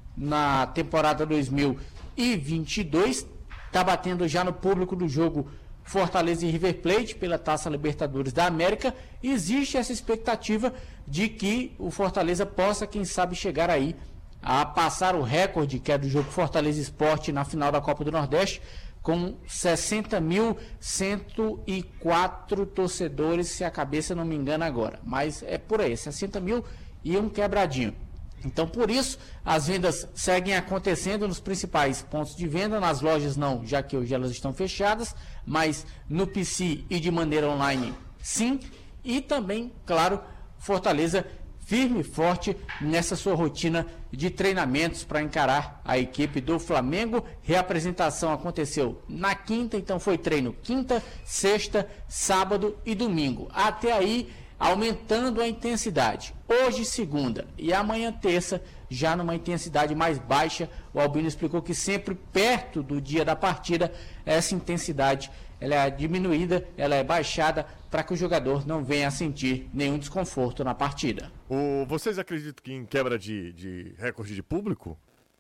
na temporada dois mil e vinte e dois. Está batendo já no público do jogo Fortaleza e River Plate pela Taça Libertadores da América. Existe essa expectativa de que o Fortaleza possa, quem sabe, chegar aí a passar o recorde que é do jogo Fortaleza Sport na final da Copa do Nordeste, com sessenta mil cento e quatro torcedores, se a cabeça não me engana agora. Mas é por aí, sessenta mil e um quebradinho. Então, por isso, as vendas seguem acontecendo nos principais pontos de venda, nas lojas não, já que hoje elas estão fechadas, mas no P C e de maneira online, sim. E também, claro, Fortaleza firme e forte nessa sua rotina de treinamentos para encarar a equipe do Flamengo. Reapresentação aconteceu na quinta, então foi treino quinta, sexta, sábado e domingo. Até aí, aumentando a intensidade. Hoje, segunda, e amanhã, terça, já numa intensidade mais baixa. O Albino explicou que sempre perto do dia da partida, essa intensidade ela é diminuída, ela é baixada, para que o jogador não venha a sentir nenhum desconforto na partida. O, vocês acreditam que em quebra de, de recorde de público?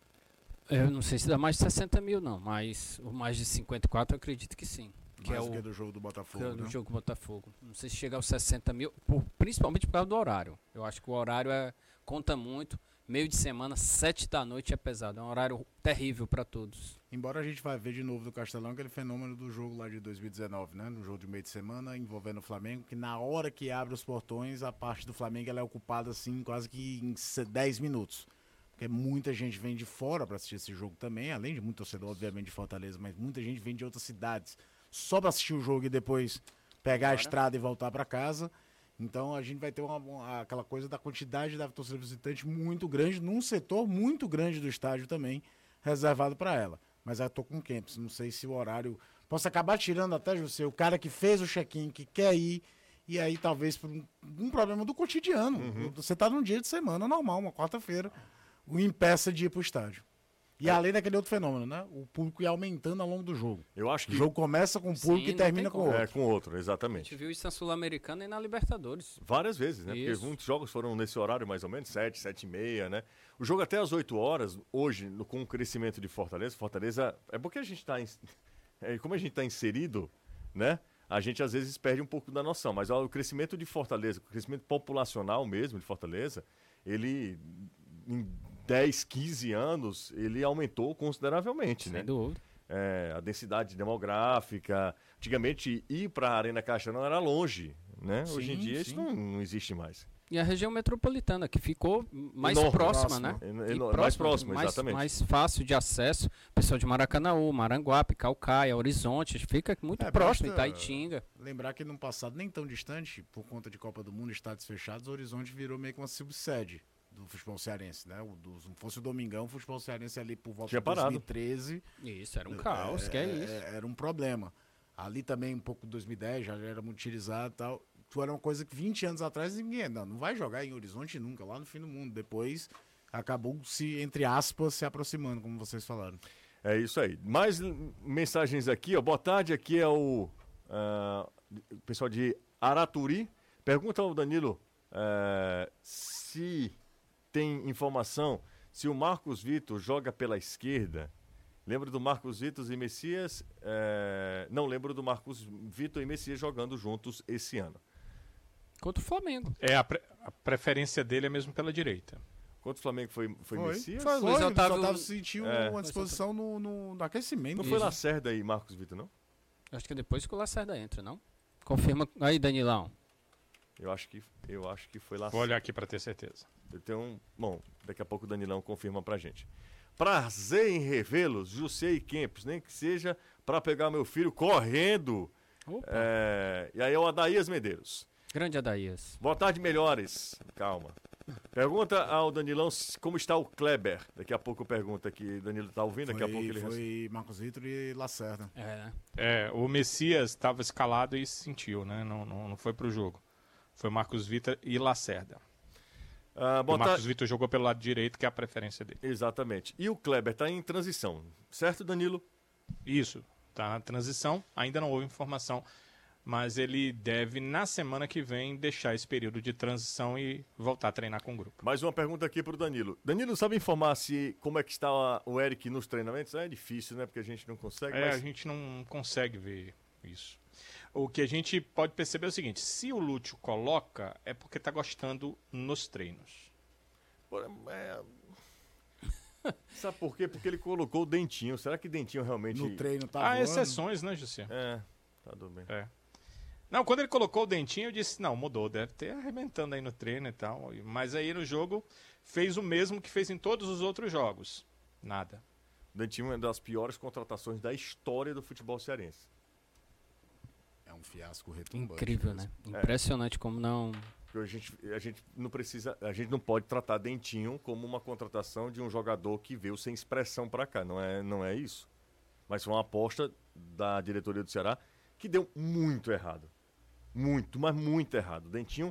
Eu não sei se dá mais de sessenta mil, não, mas o mais de cinquenta e quatro eu acredito que sim. Que Mais é do o que do jogo do Botafogo, que é do né? jogo Botafogo. Não sei se chega aos sessenta mil, por- principalmente por causa do horário. Eu acho que o horário é, conta muito. Meio de semana, sete da noite é pesado. É um horário terrível para todos. Embora a gente vai ver de novo do Castelão aquele fenômeno do jogo lá de dois mil e dezenove, né? No jogo de meio de semana envolvendo o Flamengo, que na hora que abre os portões, a parte do Flamengo ela é ocupada assim quase que em se- dez minutos. Porque muita gente vem de fora para assistir esse jogo também, além de muito torcedor, obviamente, de Fortaleza, mas muita gente vem de outras cidades só para assistir o jogo e depois pegar a estrada e voltar para casa. Então a gente vai ter uma, uma- aquela coisa da quantidade da torcida visitante muito grande, num setor muito grande do estádio também, reservado para ela. Mas eu tô com o Kempis, não sei se o horário... Posso acabar tirando até, José, o cara que fez o check-in, que quer ir, e aí talvez por um, um problema do cotidiano. Uhum. Você tá num dia de semana normal, uma quarta-feira, o impeça de ir pro estádio. E além daquele outro fenômeno, né? O público ia aumentando ao longo do jogo. Eu acho O que jogo começa com um público Sim, e não termina tem com como. outro. é com outro, A gente exatamente. viu isso na Sul-Americana e na Libertadores. Várias vezes, né? Porque Isso. muitos jogos foram nesse horário mais ou menos, sete, sete e meia, né? O jogo até às oito horas, hoje, no- com o crescimento de Fortaleza, Fortaleza, é porque a gente está, é, como a gente está inserido, né? A gente às vezes perde um pouco da noção, mas ó, o crescimento de Fortaleza, o crescimento populacional mesmo de Fortaleza, ele em dez, quinze anos, ele aumentou consideravelmente, Sem né? dúvida. É, a densidade demográfica. Antigamente, ir para a Arena Castelão era longe, né? Sim, Hoje em dia sim. isso não, não existe mais. E a região metropolitana, que ficou mais Enorme, próxima, próxima. né? É, E é, mais próxima, mais, exatamente. mais fácil de acesso. Pessoal de Maracanaú, Maranguape, Calcaia, Horizonte, fica muito É, próximo, basta- Itaitinga. Lembrar que no passado, nem tão distante, por conta de Copa do Mundo, estádios fechados, o Horizonte virou meio que uma subsede do futebol cearense, né? O, do, se não fosse o Domingão, o futebol cearense ali por volta Tinha de parado. dois mil e treze Isso, era um caos, que é isso. é, era um problema. Ali também, um pouco de dois mil e dez, já era muito utilizado e tal. Era uma coisa que vinte anos atrás ninguém, não, não vai jogar em Horizonte nunca, lá no fim do mundo. Depois acabou se, entre aspas, se aproximando, como vocês falaram. É isso aí. Mais mensagens aqui, ó. Boa tarde, aqui é o uh, pessoal de Araturi. Pergunta ao Danilo uh, se tem informação se o Marcos Vitor joga pela esquerda. Lembro do Marcos Vitor e Messias? Uh, não lembro do Marcos Vitor e Messias jogando juntos esse ano. Contra o Flamengo. É, a, pre a preferência dele é mesmo pela direita. Contra o Flamengo foi, foi, foi. Messias? Foi, Luiz foi, Otávio... o Luiz Otávio sentiu é. uma disposição no, no, no aquecimento. Não foi Lacerda e Marcos Vitor, não? Acho que é depois que o Lacerda entra, não? Confirma aí, Danilão. Eu acho que, eu acho que foi Lacerda. Vou olhar aqui para ter certeza. Eu tenho um... Bom, daqui a pouco o Danilão confirma pra gente. Prazer em revê-los, José e Kempis, nem que seja para pegar meu filho correndo. É... E aí é o Adaías Medeiros. Grande Adaías. Boa tarde, melhores. Calma. Pergunta ao Danilão como está o Kleber. Daqui a pouco pergunta aqui. Danilo tá ouvindo, Foi, daqui a pouco ele foi Marcos Vitor e Lacerda. É, né? É, o Messias estava escalado e sentiu, né? Não, não, não foi pro jogo. Foi Marcos Vitor e Lacerda. Ah, O boa Marcos tarde. Vitor jogou pelo lado direito, que é a preferência dele. Exatamente. E o Kleber está em transição, certo, Danilo? Isso, tá na transição, ainda não houve informação, mas ele deve, na semana que vem, deixar esse período de transição e voltar a treinar com o grupo. Mais uma pergunta aqui para o Danilo. Danilo, sabe informar se como é que está o Eric nos treinamentos? É difícil, né? Porque a gente não consegue. É, mas... a gente não consegue ver isso. O que a gente pode perceber é o seguinte, se o Lúcio coloca, é porque está gostando nos treinos. É... Sabe por quê? Porque ele colocou o Dentinho. Será que Dentinho realmente... No treino tá Há voando. exceções, né, José? É, tá tudo bem. É. Não, quando ele colocou o Dentinho, eu disse, não, mudou, deve ter arrebentando aí no treino e tal. Mas aí no jogo fez o mesmo que fez em todos os outros jogos. Nada. O Dentinho é uma das piores contratações da história do futebol cearense. É um fiasco retumbante. Incrível, né? Impressionante como não... A gente, a gente não precisa, a gente não pode tratar Dentinho como uma contratação de um jogador que veio sem expressão para cá. Não é, não é isso. Mas foi uma aposta da diretoria do Ceará que deu muito errado. Muito, mas muito errado. Dentinho,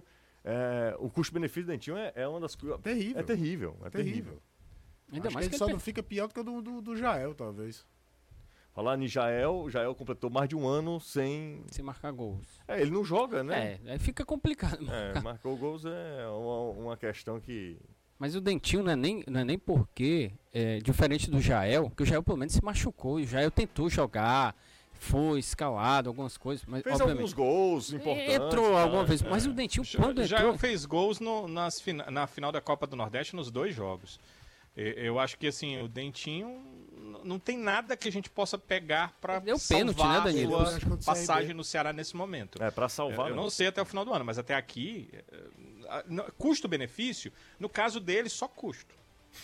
é, o custo-benefício do Dentinho é, é uma das coisas. Terrível. É terrível. É terrível. Terrível. Ainda Acho mais que que ele só ele não fica pior do que o do, do, do Jael, talvez. Falar em Jael, Jael completou mais de um ano sem. sem marcar gols. É, ele não joga, né? É, aí fica complicado. É, marcou gols é uma, uma questão que. Mas o Dentinho não é nem, não é nem porque, é, diferente do Jael, que o Jael pelo menos se machucou. E o Jael tentou jogar, foi escalado, algumas coisas. Mas, Fez obviamente, alguns gols importantes. entrou tá? alguma vez. Mas o Dentinho, quando Já entrou... fez gols no, nas fina, na final da Copa do Nordeste nos dois jogos. Eu acho que assim, o Dentinho não tem nada que a gente possa pegar para Deu pênalti, né, salvar Danilo? a Acho que sua contra o passagem C R B. no Ceará nesse momento. É, pra salvar. Eu né? não sei até o final do ano, mas até aqui, eh, não- custo-benefício, no caso dele, só custo.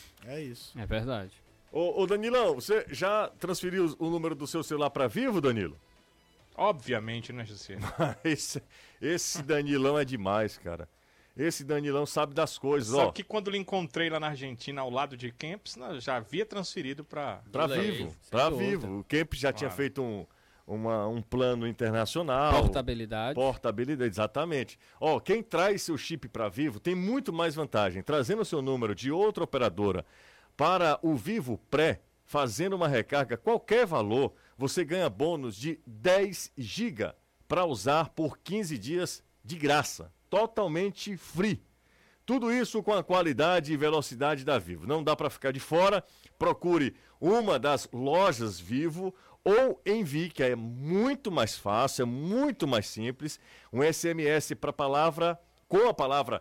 É isso. É verdade. Ô, ô Danilão, você já transferiu o número do seu celular para Vivo, Danilo? Obviamente, né, José? esse, esse Danilão é demais, cara. Esse Danilão sabe das coisas, Sabe ó. que quando lhe encontrei lá na Argentina, ao lado de Kempis, né, já havia transferido para... Pra Lei, Vivo, sem pra dúvida. Vivo. O Kemp já tinha Claro. feito um, uma- um plano internacional. Portabilidade. Portabilidade, exatamente. Ó, quem traz seu chip para Vivo tem muito mais vantagem. Trazendo o seu número de outra operadora para o Vivo Pré, fazendo uma recarga, qualquer valor, você ganha bônus de dez gigas para usar por quinze dias de graça. Totalmente free. Tudo isso com a qualidade e velocidade da Vivo. Não dá para ficar de fora. Procure uma das lojas Vivo ou envie, que é muito mais fácil, é muito mais simples, um S M S para a palavra, com a palavra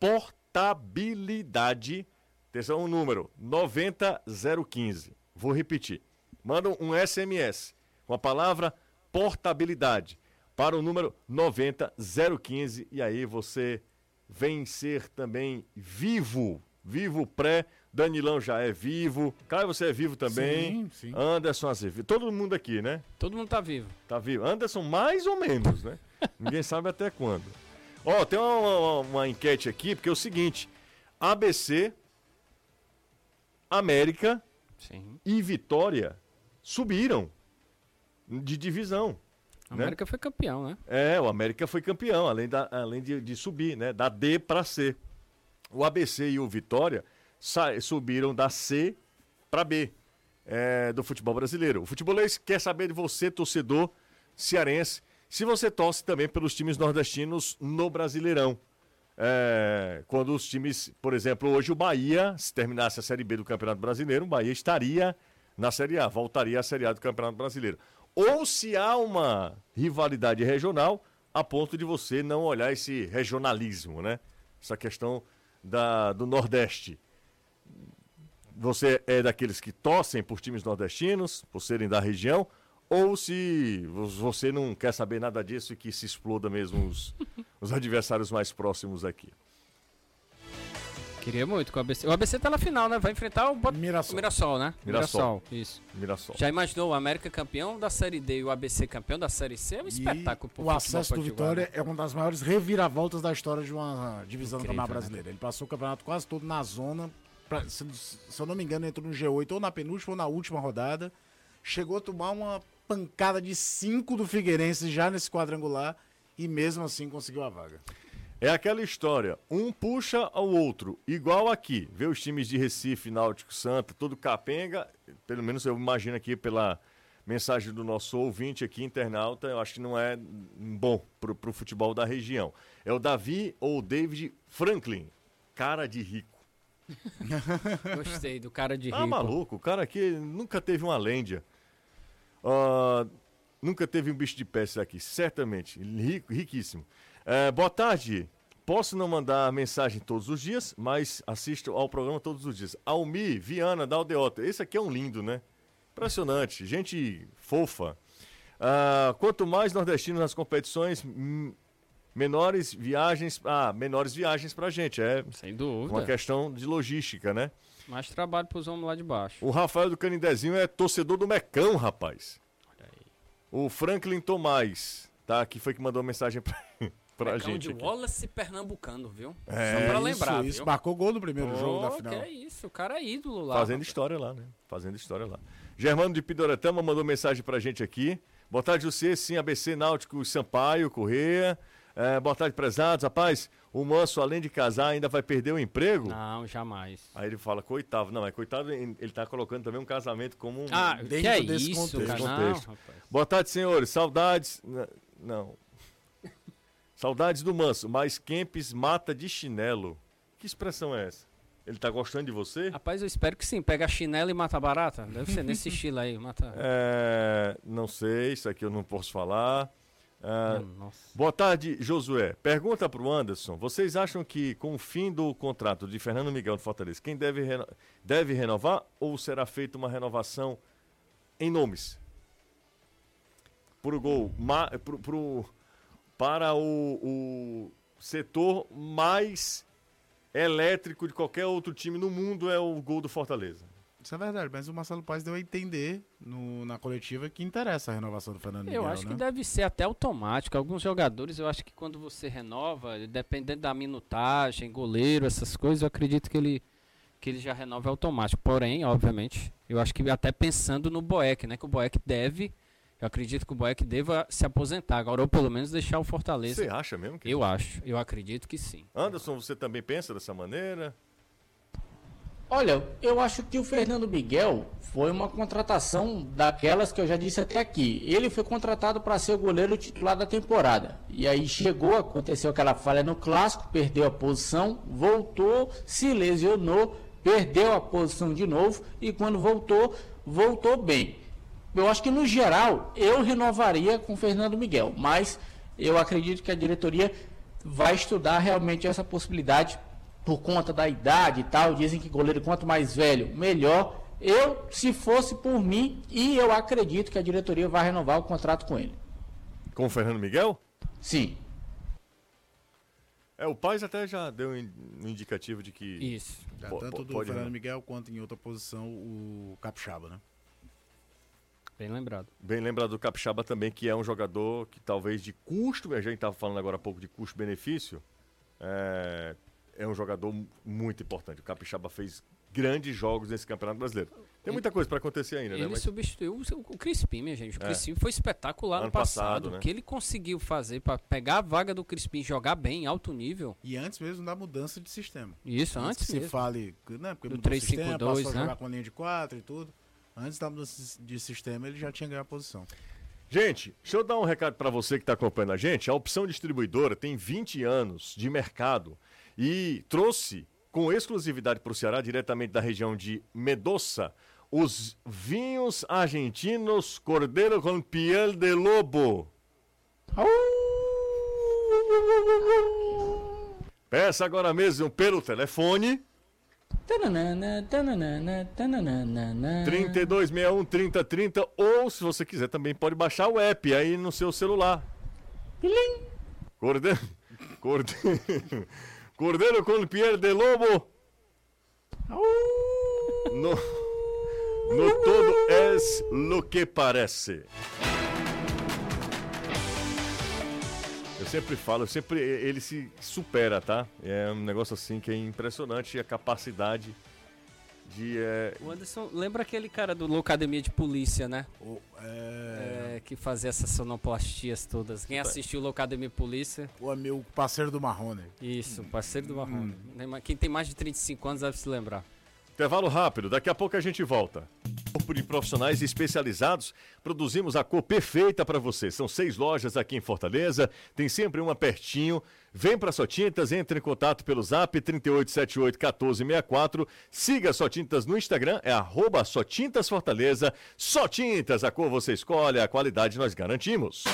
portabilidade. Atenção, o número noventa zero quinze. Vou repetir. Manda um S M S com a palavra portabilidade para o número noventa zero quinze e aí você vem ser também vivo. Vivo pré, Danilão já é vivo. Caio, você é vivo também. Sim, sim. Anderson Azevedo. Todo mundo aqui, né? Todo mundo tá vivo. Tá vivo. Anderson, mais ou menos, né? Ninguém sabe até quando. Ó, tem uma, uma, uma enquete aqui, porque é o seguinte: A B C, América Sim. e Vitória subiram de divisão. A América foi campeão, né? É, o América foi campeão, além, da, além de, de subir, né? Da D para C. O A B C e o Vitória sa- subiram da C para B é, do futebol brasileiro. O futebolês quer saber de você, torcedor cearense, se você torce também pelos times nordestinos no Brasileirão. É, quando os times, por exemplo, hoje o Bahia, se terminasse a Série B do Campeonato Brasileiro, o Bahia estaria na Série A, voltaria à Série A do Campeonato Brasileiro. Ou se há uma rivalidade regional, a ponto de você não olhar esse regionalismo, né? Essa questão da, do Nordeste. Você é daqueles que torcem por times nordestinos, por serem da região, ou se você não quer saber nada disso e que se exploda mesmo os, os adversários mais próximos aqui. Queria muito com o A B C. O A B C tá na final, né? Vai enfrentar o, Bot... Mirassol. o Mirassol, né? Mirassol. Isso. Mirassol. Já imaginou o América campeão da Série D e o A B C campeão da Série C? É um espetáculo pro o futebol acesso do potiguar, Vitória né? é uma das maiores reviravoltas da história de uma divisão do Incrível, Campeonato né? Brasileiro. Ele passou o campeonato quase todo na zona. Pra, se, se eu não me engano, entrou no G oito ou na penúltima ou na última rodada. Chegou a tomar uma pancada de cinco do Figueirense já nesse quadrangular e mesmo assim conseguiu a vaga. É aquela história, um puxa ao outro, igual aqui. Vê os times de Recife, Náutico, Santa, todo capenga, pelo menos eu imagino aqui pela mensagem do nosso ouvinte aqui, internauta, eu acho que não é bom pro, pro futebol da região. É o Davi ou o David Franklin, cara de rico. Gostei do cara de rico. Ah, maluco, o cara aqui nunca teve uma lêndia. Uh, nunca teve um bicho de pé esse aqui, certamente, rico, riquíssimo. É, boa tarde, posso não mandar mensagem todos os dias, mas assisto ao programa todos os dias. Almi, Viana, da Aldeota, esse aqui é um lindo, né? Impressionante, gente fofa. Ah, quanto mais nordestinos nas competições, hum, menores viagens, ah, menores viagens pra gente, é Sem dúvida. uma questão de logística, né? Mais trabalho pros homens lá de baixo. O Rafael do Canidezinho é torcedor do Mecão, rapaz. Olha aí. O Franklin Tomás, tá? Que foi que mandou mensagem pra, pra Mecão gente de aqui. Wallace Pernambucano, viu? É, Só pra isso, lembrar, isso viu? marcou gol no primeiro Pô, jogo da final. que é isso, o cara é ídolo lá. Fazendo rapaz. história lá, né? Fazendo história lá. Germano de Pidoretama mandou mensagem pra gente aqui. Boa tarde, você, sim, A B C Náutico Sampaio, Correia. É, boa tarde, prezados. Rapaz, o Manso, além de casar, ainda vai perder o emprego? Não, jamais. Aí ele fala, coitado. Não, mas coitado, ele tá colocando também um casamento como um... Ah, dentro que é desse isso, contexto. cara? Não, Contexto. rapaz. Boa tarde, senhores. Saudades... N- Não. Saudades do Manso, mas Kempis mata de chinelo. Que expressão é essa? Ele tá gostando de você? Rapaz, eu espero que sim. Pega a chinela e mata a barata. Deve ser nesse estilo aí. Mata... É, não sei, isso aqui eu não posso falar. É, Hum, nossa. boa tarde, Josué. Pergunta pro Anderson. Vocês acham que com o fim do contrato de Fernando Miguel do Fortaleza, quem deve, reno... deve renovar ou será feita uma renovação em nomes? Pro gol, ma... pro, pro... para o, o setor mais elétrico de qualquer outro time no mundo é o gol do Fortaleza. Isso é verdade, mas o Marcelo Paes deu a entender no- na coletiva que interessa a renovação do Fernando Miguel, Eu acho né? que deve ser até automático. Alguns jogadores, eu acho que quando você renova, dependendo da minutagem, goleiro, essas coisas, eu acredito que ele, que ele já renova automático. Porém, obviamente, eu acho que até pensando no Boeck, né? Que o Boeck deve, eu acredito que o Boeck deva se aposentar agora, ou pelo menos deixar o Fortaleza. Você acha mesmo que... Eu acho, eu acredito que sim. Anderson, você também pensa dessa maneira? Olha, eu acho que o Fernando Miguel foi uma contratação daquelas que eu já disse até aqui. Ele foi contratado para ser o goleiro titular da temporada. E aí chegou, aconteceu aquela falha no clássico, perdeu a posição, voltou, se lesionou, perdeu a posição de novo e quando voltou, voltou bem. Eu acho que no geral eu renovaria com o Fernando Miguel, mas eu acredito que a diretoria vai estudar realmente essa possibilidade por conta da idade e tal. Dizem que goleiro quanto mais velho, melhor. Eu, se fosse por mim, e eu acredito que a diretoria vai renovar o contrato com ele. Com o Fernando Miguel? Sim. É, o Paes até já deu um in- um indicativo de que... Isso. Já Po- tanto po- do pode Fernando renovar. Miguel quanto em outra posição o Capixaba, né? Bem lembrado. Bem lembrado do Capixaba também, que é um jogador que talvez de custo, a gente estava falando agora há pouco de custo-benefício, é, é um jogador mu- muito importante. O Capixaba fez grandes jogos nesse Campeonato Brasileiro. Tem muita coisa para acontecer ainda, ele né? Mas... substituiu o, o Crispim, minha gente. O É. Crispim foi espetacular Ano no passado. passado, né? O que ele conseguiu fazer para pegar a vaga do Crispim, jogar bem, em alto nível. E antes mesmo da mudança de sistema. Isso, antes que mesmo. se fale, né? Porque Do mudou o três cinco sistema, dois, passou a né? jogar com a linha de quatro e tudo. Antes da mudança de sistema, ele já tinha ganho a posição. Gente, deixa eu dar um recado para você que está acompanhando a gente. A Opção Distribuidora tem vinte anos de mercado e trouxe com exclusividade para o Ceará, diretamente da região de Mendoza, os vinhos argentinos Cordeiro com Piel de Lobo. Peça agora mesmo pelo telefone Tananana, tananana, tananana. trinta e dois sessenta e um, trinta trinta, ou se você quiser também pode baixar o app aí no seu celular. Cordeiro, Cordeiro, Cordeiro com Piel de Lobo. No, no todo es lo que parece. Eu sempre falo, eu sempre ele se supera, tá? É um negócio assim que é impressionante a capacidade de é, O Anderson, lembra aquele cara do Loucademia de Polícia, né? O- é, É, que fazia essas sonoplastias todas. Quem assistiu Loucademia de Polícia? o meu parceiro do Marrone. Isso, parceiro do Marrone. Quem tem mais de trinta e cinco anos deve se lembrar. intervalo rápido, daqui a pouco a gente volta. Corpo de profissionais especializados, produzimos a cor perfeita para você. São seis lojas aqui em Fortaleza, tem sempre uma pertinho. Vem para Só Tintas, entre em contato pelo zap trinta e oito setenta e oito, quatorze sessenta e quatro. Siga Só Tintas no Instagram, é arroba Só Tintas Fortaleza. Só Tintas, a cor você escolhe, a qualidade nós garantimos.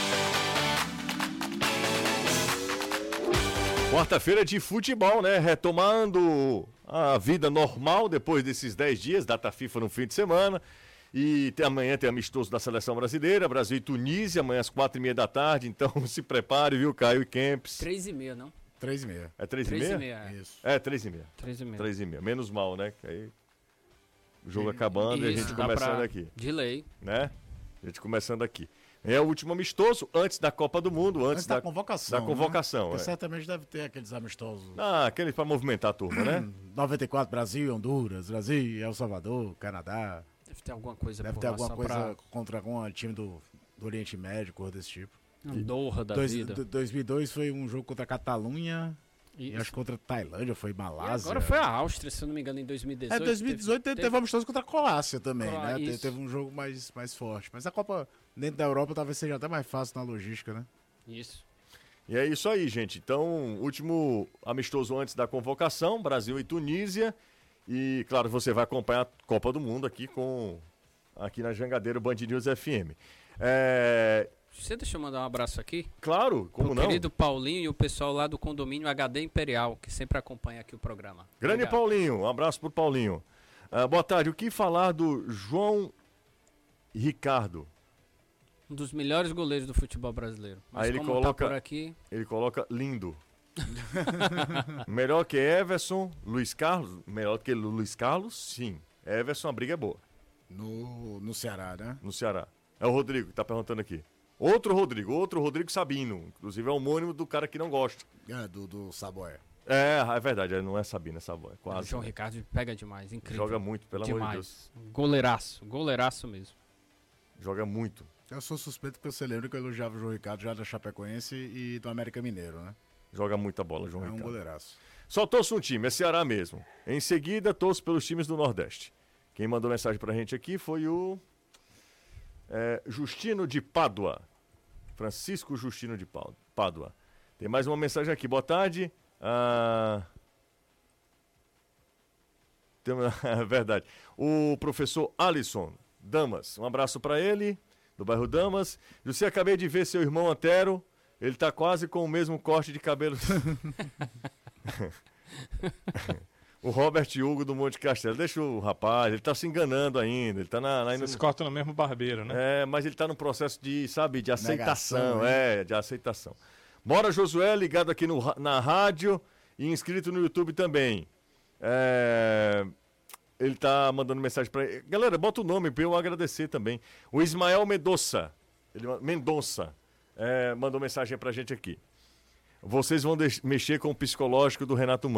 Quarta-feira de futebol, né? Retomando a vida normal depois desses dez dias, data FIFA no fim de semana. E tem, amanhã tem amistoso da Seleção Brasileira, Brasil e Tunísia, amanhã às quatro e meia da tarde. Então se prepare, viu, Caio e Kempis. Três e meia, não? Três e meia. É três e Três meia? e meia, é. Isso. É, três e meia. Três e meia. Três e meia. Menos mal, né? Que aí o jogo acabando e a Isso, gente dá começando pra- aqui, De lei. né? A gente começando aqui. É o último amistoso antes da Copa do Mundo, antes, Antes da, convocação. da convocação, Né? Porque é. certamente deve ter aqueles amistosos. Ah, aquele para movimentar a turma, né? noventa e quatro, Brasil, Honduras, Brasil, El Salvador, Canadá. Deve ter alguma coisa Deve por ter lá alguma só coisa pra contra algum time do, do Oriente Médio, coisa desse tipo. Andorra da Dois, vida. do- dois mil e dois foi um jogo contra a Catalunha. E Isso. acho que contra a Tailândia, foi E Malásia. agora foi a Áustria, se eu não me engano, em dois mil e dezoito. É, dois mil e dezoito teve, teve amistoso contra a Croácia também, Cro- né? Te- isso. Teve um jogo mais, mais forte. Mas a Copa dentro da Europa talvez seja até mais fácil na logística, né? Isso. E é isso aí, gente. Então, último amistoso antes da convocação, Brasil e Tunísia. E, claro, você vai acompanhar a Copa do Mundo aqui com aqui na Jangadeiro Band News F M. É, Você deixa eu mandar um abraço aqui? claro, como Pro não? querido Paulinho e o pessoal lá do condomínio H D Imperial, que sempre acompanha aqui o programa. Grande Obrigado. Paulinho, um abraço pro Paulinho. Ah, boa tarde, o que falar do João Ricardo? Um dos melhores goleiros do futebol brasileiro. Mas Aí ele como coloca- tá por aqui, Ele coloca lindo. Melhor que Everson, Luiz Carlos? Melhor que Luiz Carlos? Sim. Everson, a briga é boa. No, no Ceará, né? No Ceará. É o Rodrigo que tá perguntando aqui. Outro Rodrigo, outro Rodrigo Sabino. Inclusive é homônimo do cara que não gosta. É, do, do Saboé. É, é verdade, é, não é Sabino, é Savoy. o Quase. João Ricardo pega demais, incrível. Joga muito, pelo amor de demais. Goleiraço, goleiraço mesmo. Joga muito. Eu sou suspeito porque você lembra que eu elogiava o João Ricardo já da Chapecoense e do América Mineiro, né? Joga muita bola, João É um Ricardo. goleiraço. Só torço um time, é Ceará mesmo. Em seguida, torço pelos times do Nordeste. Quem mandou mensagem pra gente aqui foi o é, Justino de Pádua. Francisco Justino de Pá- Pádua. Tem mais uma mensagem aqui. Boa tarde. Ah, tem uma- é verdade. O professor Alisson Damas. Um abraço pra ele, do bairro Damas. José, acabei de ver seu irmão Antero. Ele tá quase com o mesmo corte de cabelo. O Robert Hugo do Monte Castelo. Deixa o rapaz, ele tá se enganando ainda. Ele tá na. na Vocês cortam no mesmo barbeiro, né? é, mas ele tá no processo de, sabe, de aceitação. Negação, né? é, de aceitação. Bora, Josué, ligado aqui no, ra- na rádio e inscrito no YouTube também. É, ele tá mandando mensagem pra ele. Galera, bota o nome pra eu agradecer também. O Ismael Mendonça. Ele, ma- Mendonça. é, mandou mensagem pra gente aqui. Vocês vão deix- mexer com o psicológico do Renato Manso.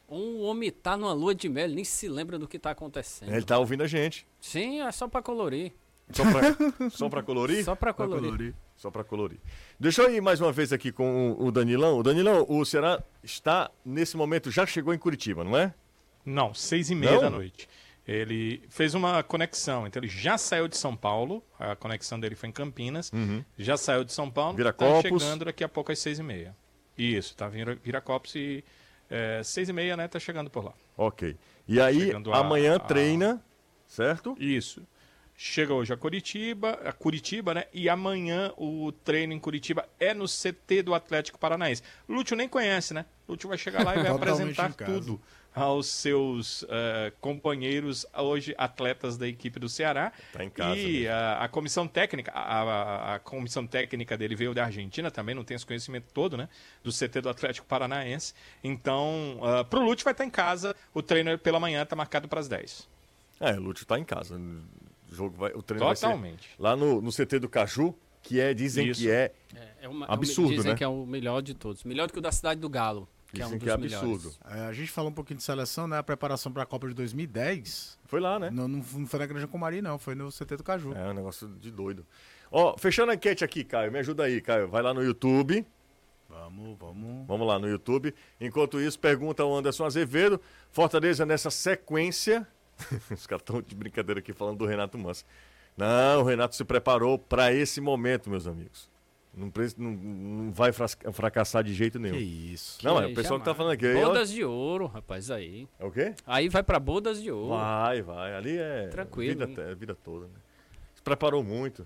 Um homem tá numa lua de mel, nem se lembra do que tá acontecendo. Ele tá ouvindo a gente. Sim, é só pra colorir. Só pra, só pra colorir? Só pra colorir. Pra colorir. Só pra colorir. Deixa eu ir mais uma vez aqui com o Danilão. O Danilão, o Ceará está, nesse momento, já chegou em Curitiba, não é? Não, seis e meia Não? da noite. Ele fez uma conexão, então ele já saiu de São Paulo, a conexão dele foi em Campinas, Uhum. já saiu de São Paulo, Viracopos. tá chegando daqui a pouco às seis e meia. Isso, tá vindo Viracopos e é, seis e meia, né, tá chegando por lá. Ok. E aí, Chegando a- amanhã a- treina, certo? Isso. Chega hoje a Curitiba, a Curitiba, né? E amanhã o treino em Curitiba é no C T do Atlético Paranaense. Lúcio nem conhece, né? Lúcio vai chegar lá e vai Totalmente apresentar em casa. tudo aos seus eh, companheiros, hoje atletas da equipe do Ceará. Tá em casa E mesmo. a, a comissão técnica, a, a- a comissão técnica dele veio da Argentina também, não tem esse conhecimento todo, né? Do C T do Atlético Paranaense. Então, uh, pro Lúcio vai estar em casa, o treino pela manhã está marcado para as dez. É, o Lúcio tá em casa. O, jogo vai, o treino vai Totalmente. ser lá no, no C T do Caju, que é, dizem Isso. que é É, é uma, Absurdo, dizem né? que é o melhor de todos. Melhor do que o da Cidade do Galo, que é um Dizem dos que é melhores. absurdo. É, a gente falou um pouquinho de seleção, né? A preparação para a Copa de dois mil e dez. Foi lá, né? Não, não, não foi na Granja Comari, não. Foi no C T do Caju. É um negócio de doido. Ó, fechando a enquete aqui, Caio, me ajuda aí, Caio. Vai lá no YouTube. Vamos, vamos. Vamos lá no YouTube. Enquanto isso, pergunta o Anderson Azevedo. Fortaleza nessa sequência. Os caras estão de brincadeira aqui falando do Renato Manso. Não, o Renato se preparou para esse momento, meus amigos. Não, pre- não- não vai fras- fracassar de jeito nenhum. Que isso. Não, é Que o pessoal que tá jamais. falando aqui. Aí, ó, Bodas de ouro, rapaz, aí. É o quê? Aí vai pra bodas de ouro. Vai, vai. Ali é Tranquilo, vida, hein? é vida toda. Né? Se preparou muito.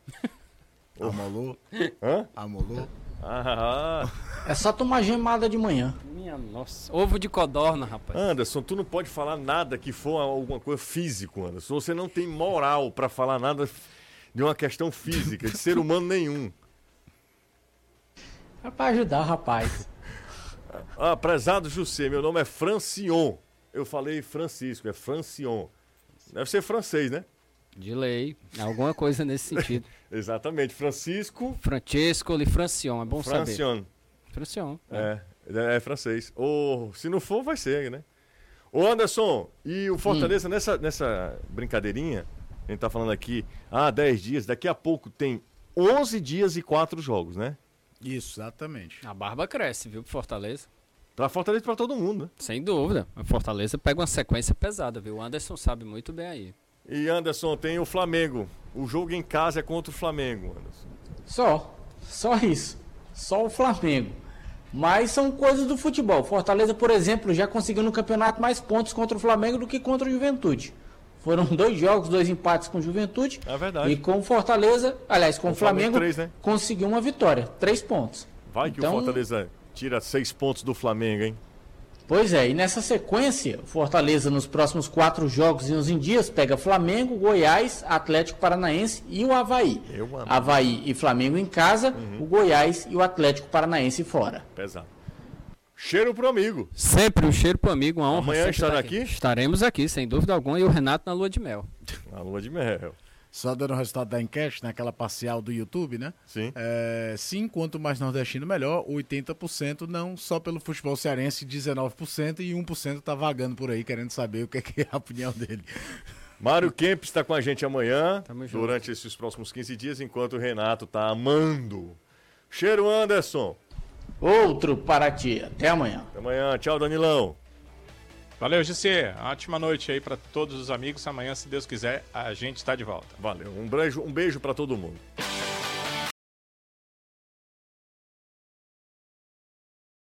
Amolou? Hã? Amolou? Ah, É só tomar gemada de manhã. Minha nossa. Ovo de codorna, rapaz. Anderson, tu não pode falar nada que for alguma coisa físico, Anderson. Você não tem moral para falar nada de uma questão física, de ser humano nenhum. É pra ajudar, rapaz. Ah, prezado José, meu nome é Francion. Eu falei Francisco, é Francion. Deve ser francês, né? De lei. Alguma coisa nesse sentido. Exatamente, Francisco Francesco Li Francion, é bom saber. Francion. Francion. É, é, é francês. Ou, se não for, vai ser, né? Ô Anderson, e o Fortaleza nessa, nessa brincadeirinha, a gente tá falando aqui, ah, dez dias, daqui a pouco tem onze dias e quatro jogos, né? Isso, exatamente. A barba cresce, viu, pro Fortaleza. Pra Fortaleza e pra todo mundo, né? Sem dúvida. A Fortaleza pega uma sequência pesada, viu? O Anderson sabe muito bem aí. E Anderson, tem o Flamengo. O jogo em casa é contra o Flamengo, Anderson. Só. Só isso. Só o Flamengo. Mas são coisas do futebol. Fortaleza, por exemplo, já conseguiu no campeonato mais pontos contra o Flamengo do que contra o Juventude. Foram dois jogos, dois empates com o Juventude. É verdade. E com o Fortaleza, aliás, com O o Flamengo, Flamengo, três, né? conseguiu uma vitória. Três pontos. Vai que Então- o Fortaleza tira seis pontos do Flamengo, hein? Pois é, e nessa sequência, o Fortaleza nos próximos quatro jogos e uns em dias pega Flamengo, Goiás, Atlético Paranaense e o Avaí. Eu amo. Avaí e Flamengo em casa, o Goiás e o Atlético Paranaense fora. Pesado. Cheiro pro amigo. Sempre um cheiro pro amigo, uma honra. Amanhã sempre estará estar aqui? Estaremos aqui, sem dúvida alguma, e o Renato na lua de mel. A lua de mel. Só dando o resultado da enquete, naquela parcial do YouTube, né? Sim. É, sim, quanto mais nordestino, melhor. oitenta por cento não só pelo futebol cearense, dezenove por cento, e um por cento tá vagando por aí, querendo saber o que é, que é a opinião dele. Mário Kempis está com a gente amanhã, Tamo junto. durante esses próximos quinze dias, enquanto o Renato tá amando. Cheiro, Anderson. Outro para ti. Até amanhã. Até amanhã. Tchau, Danilão. Valeu, Gisê. Ótima noite aí para todos os amigos. Amanhã, se Deus quiser, a gente está de volta. Valeu. Um beijo, um beijo para todo mundo.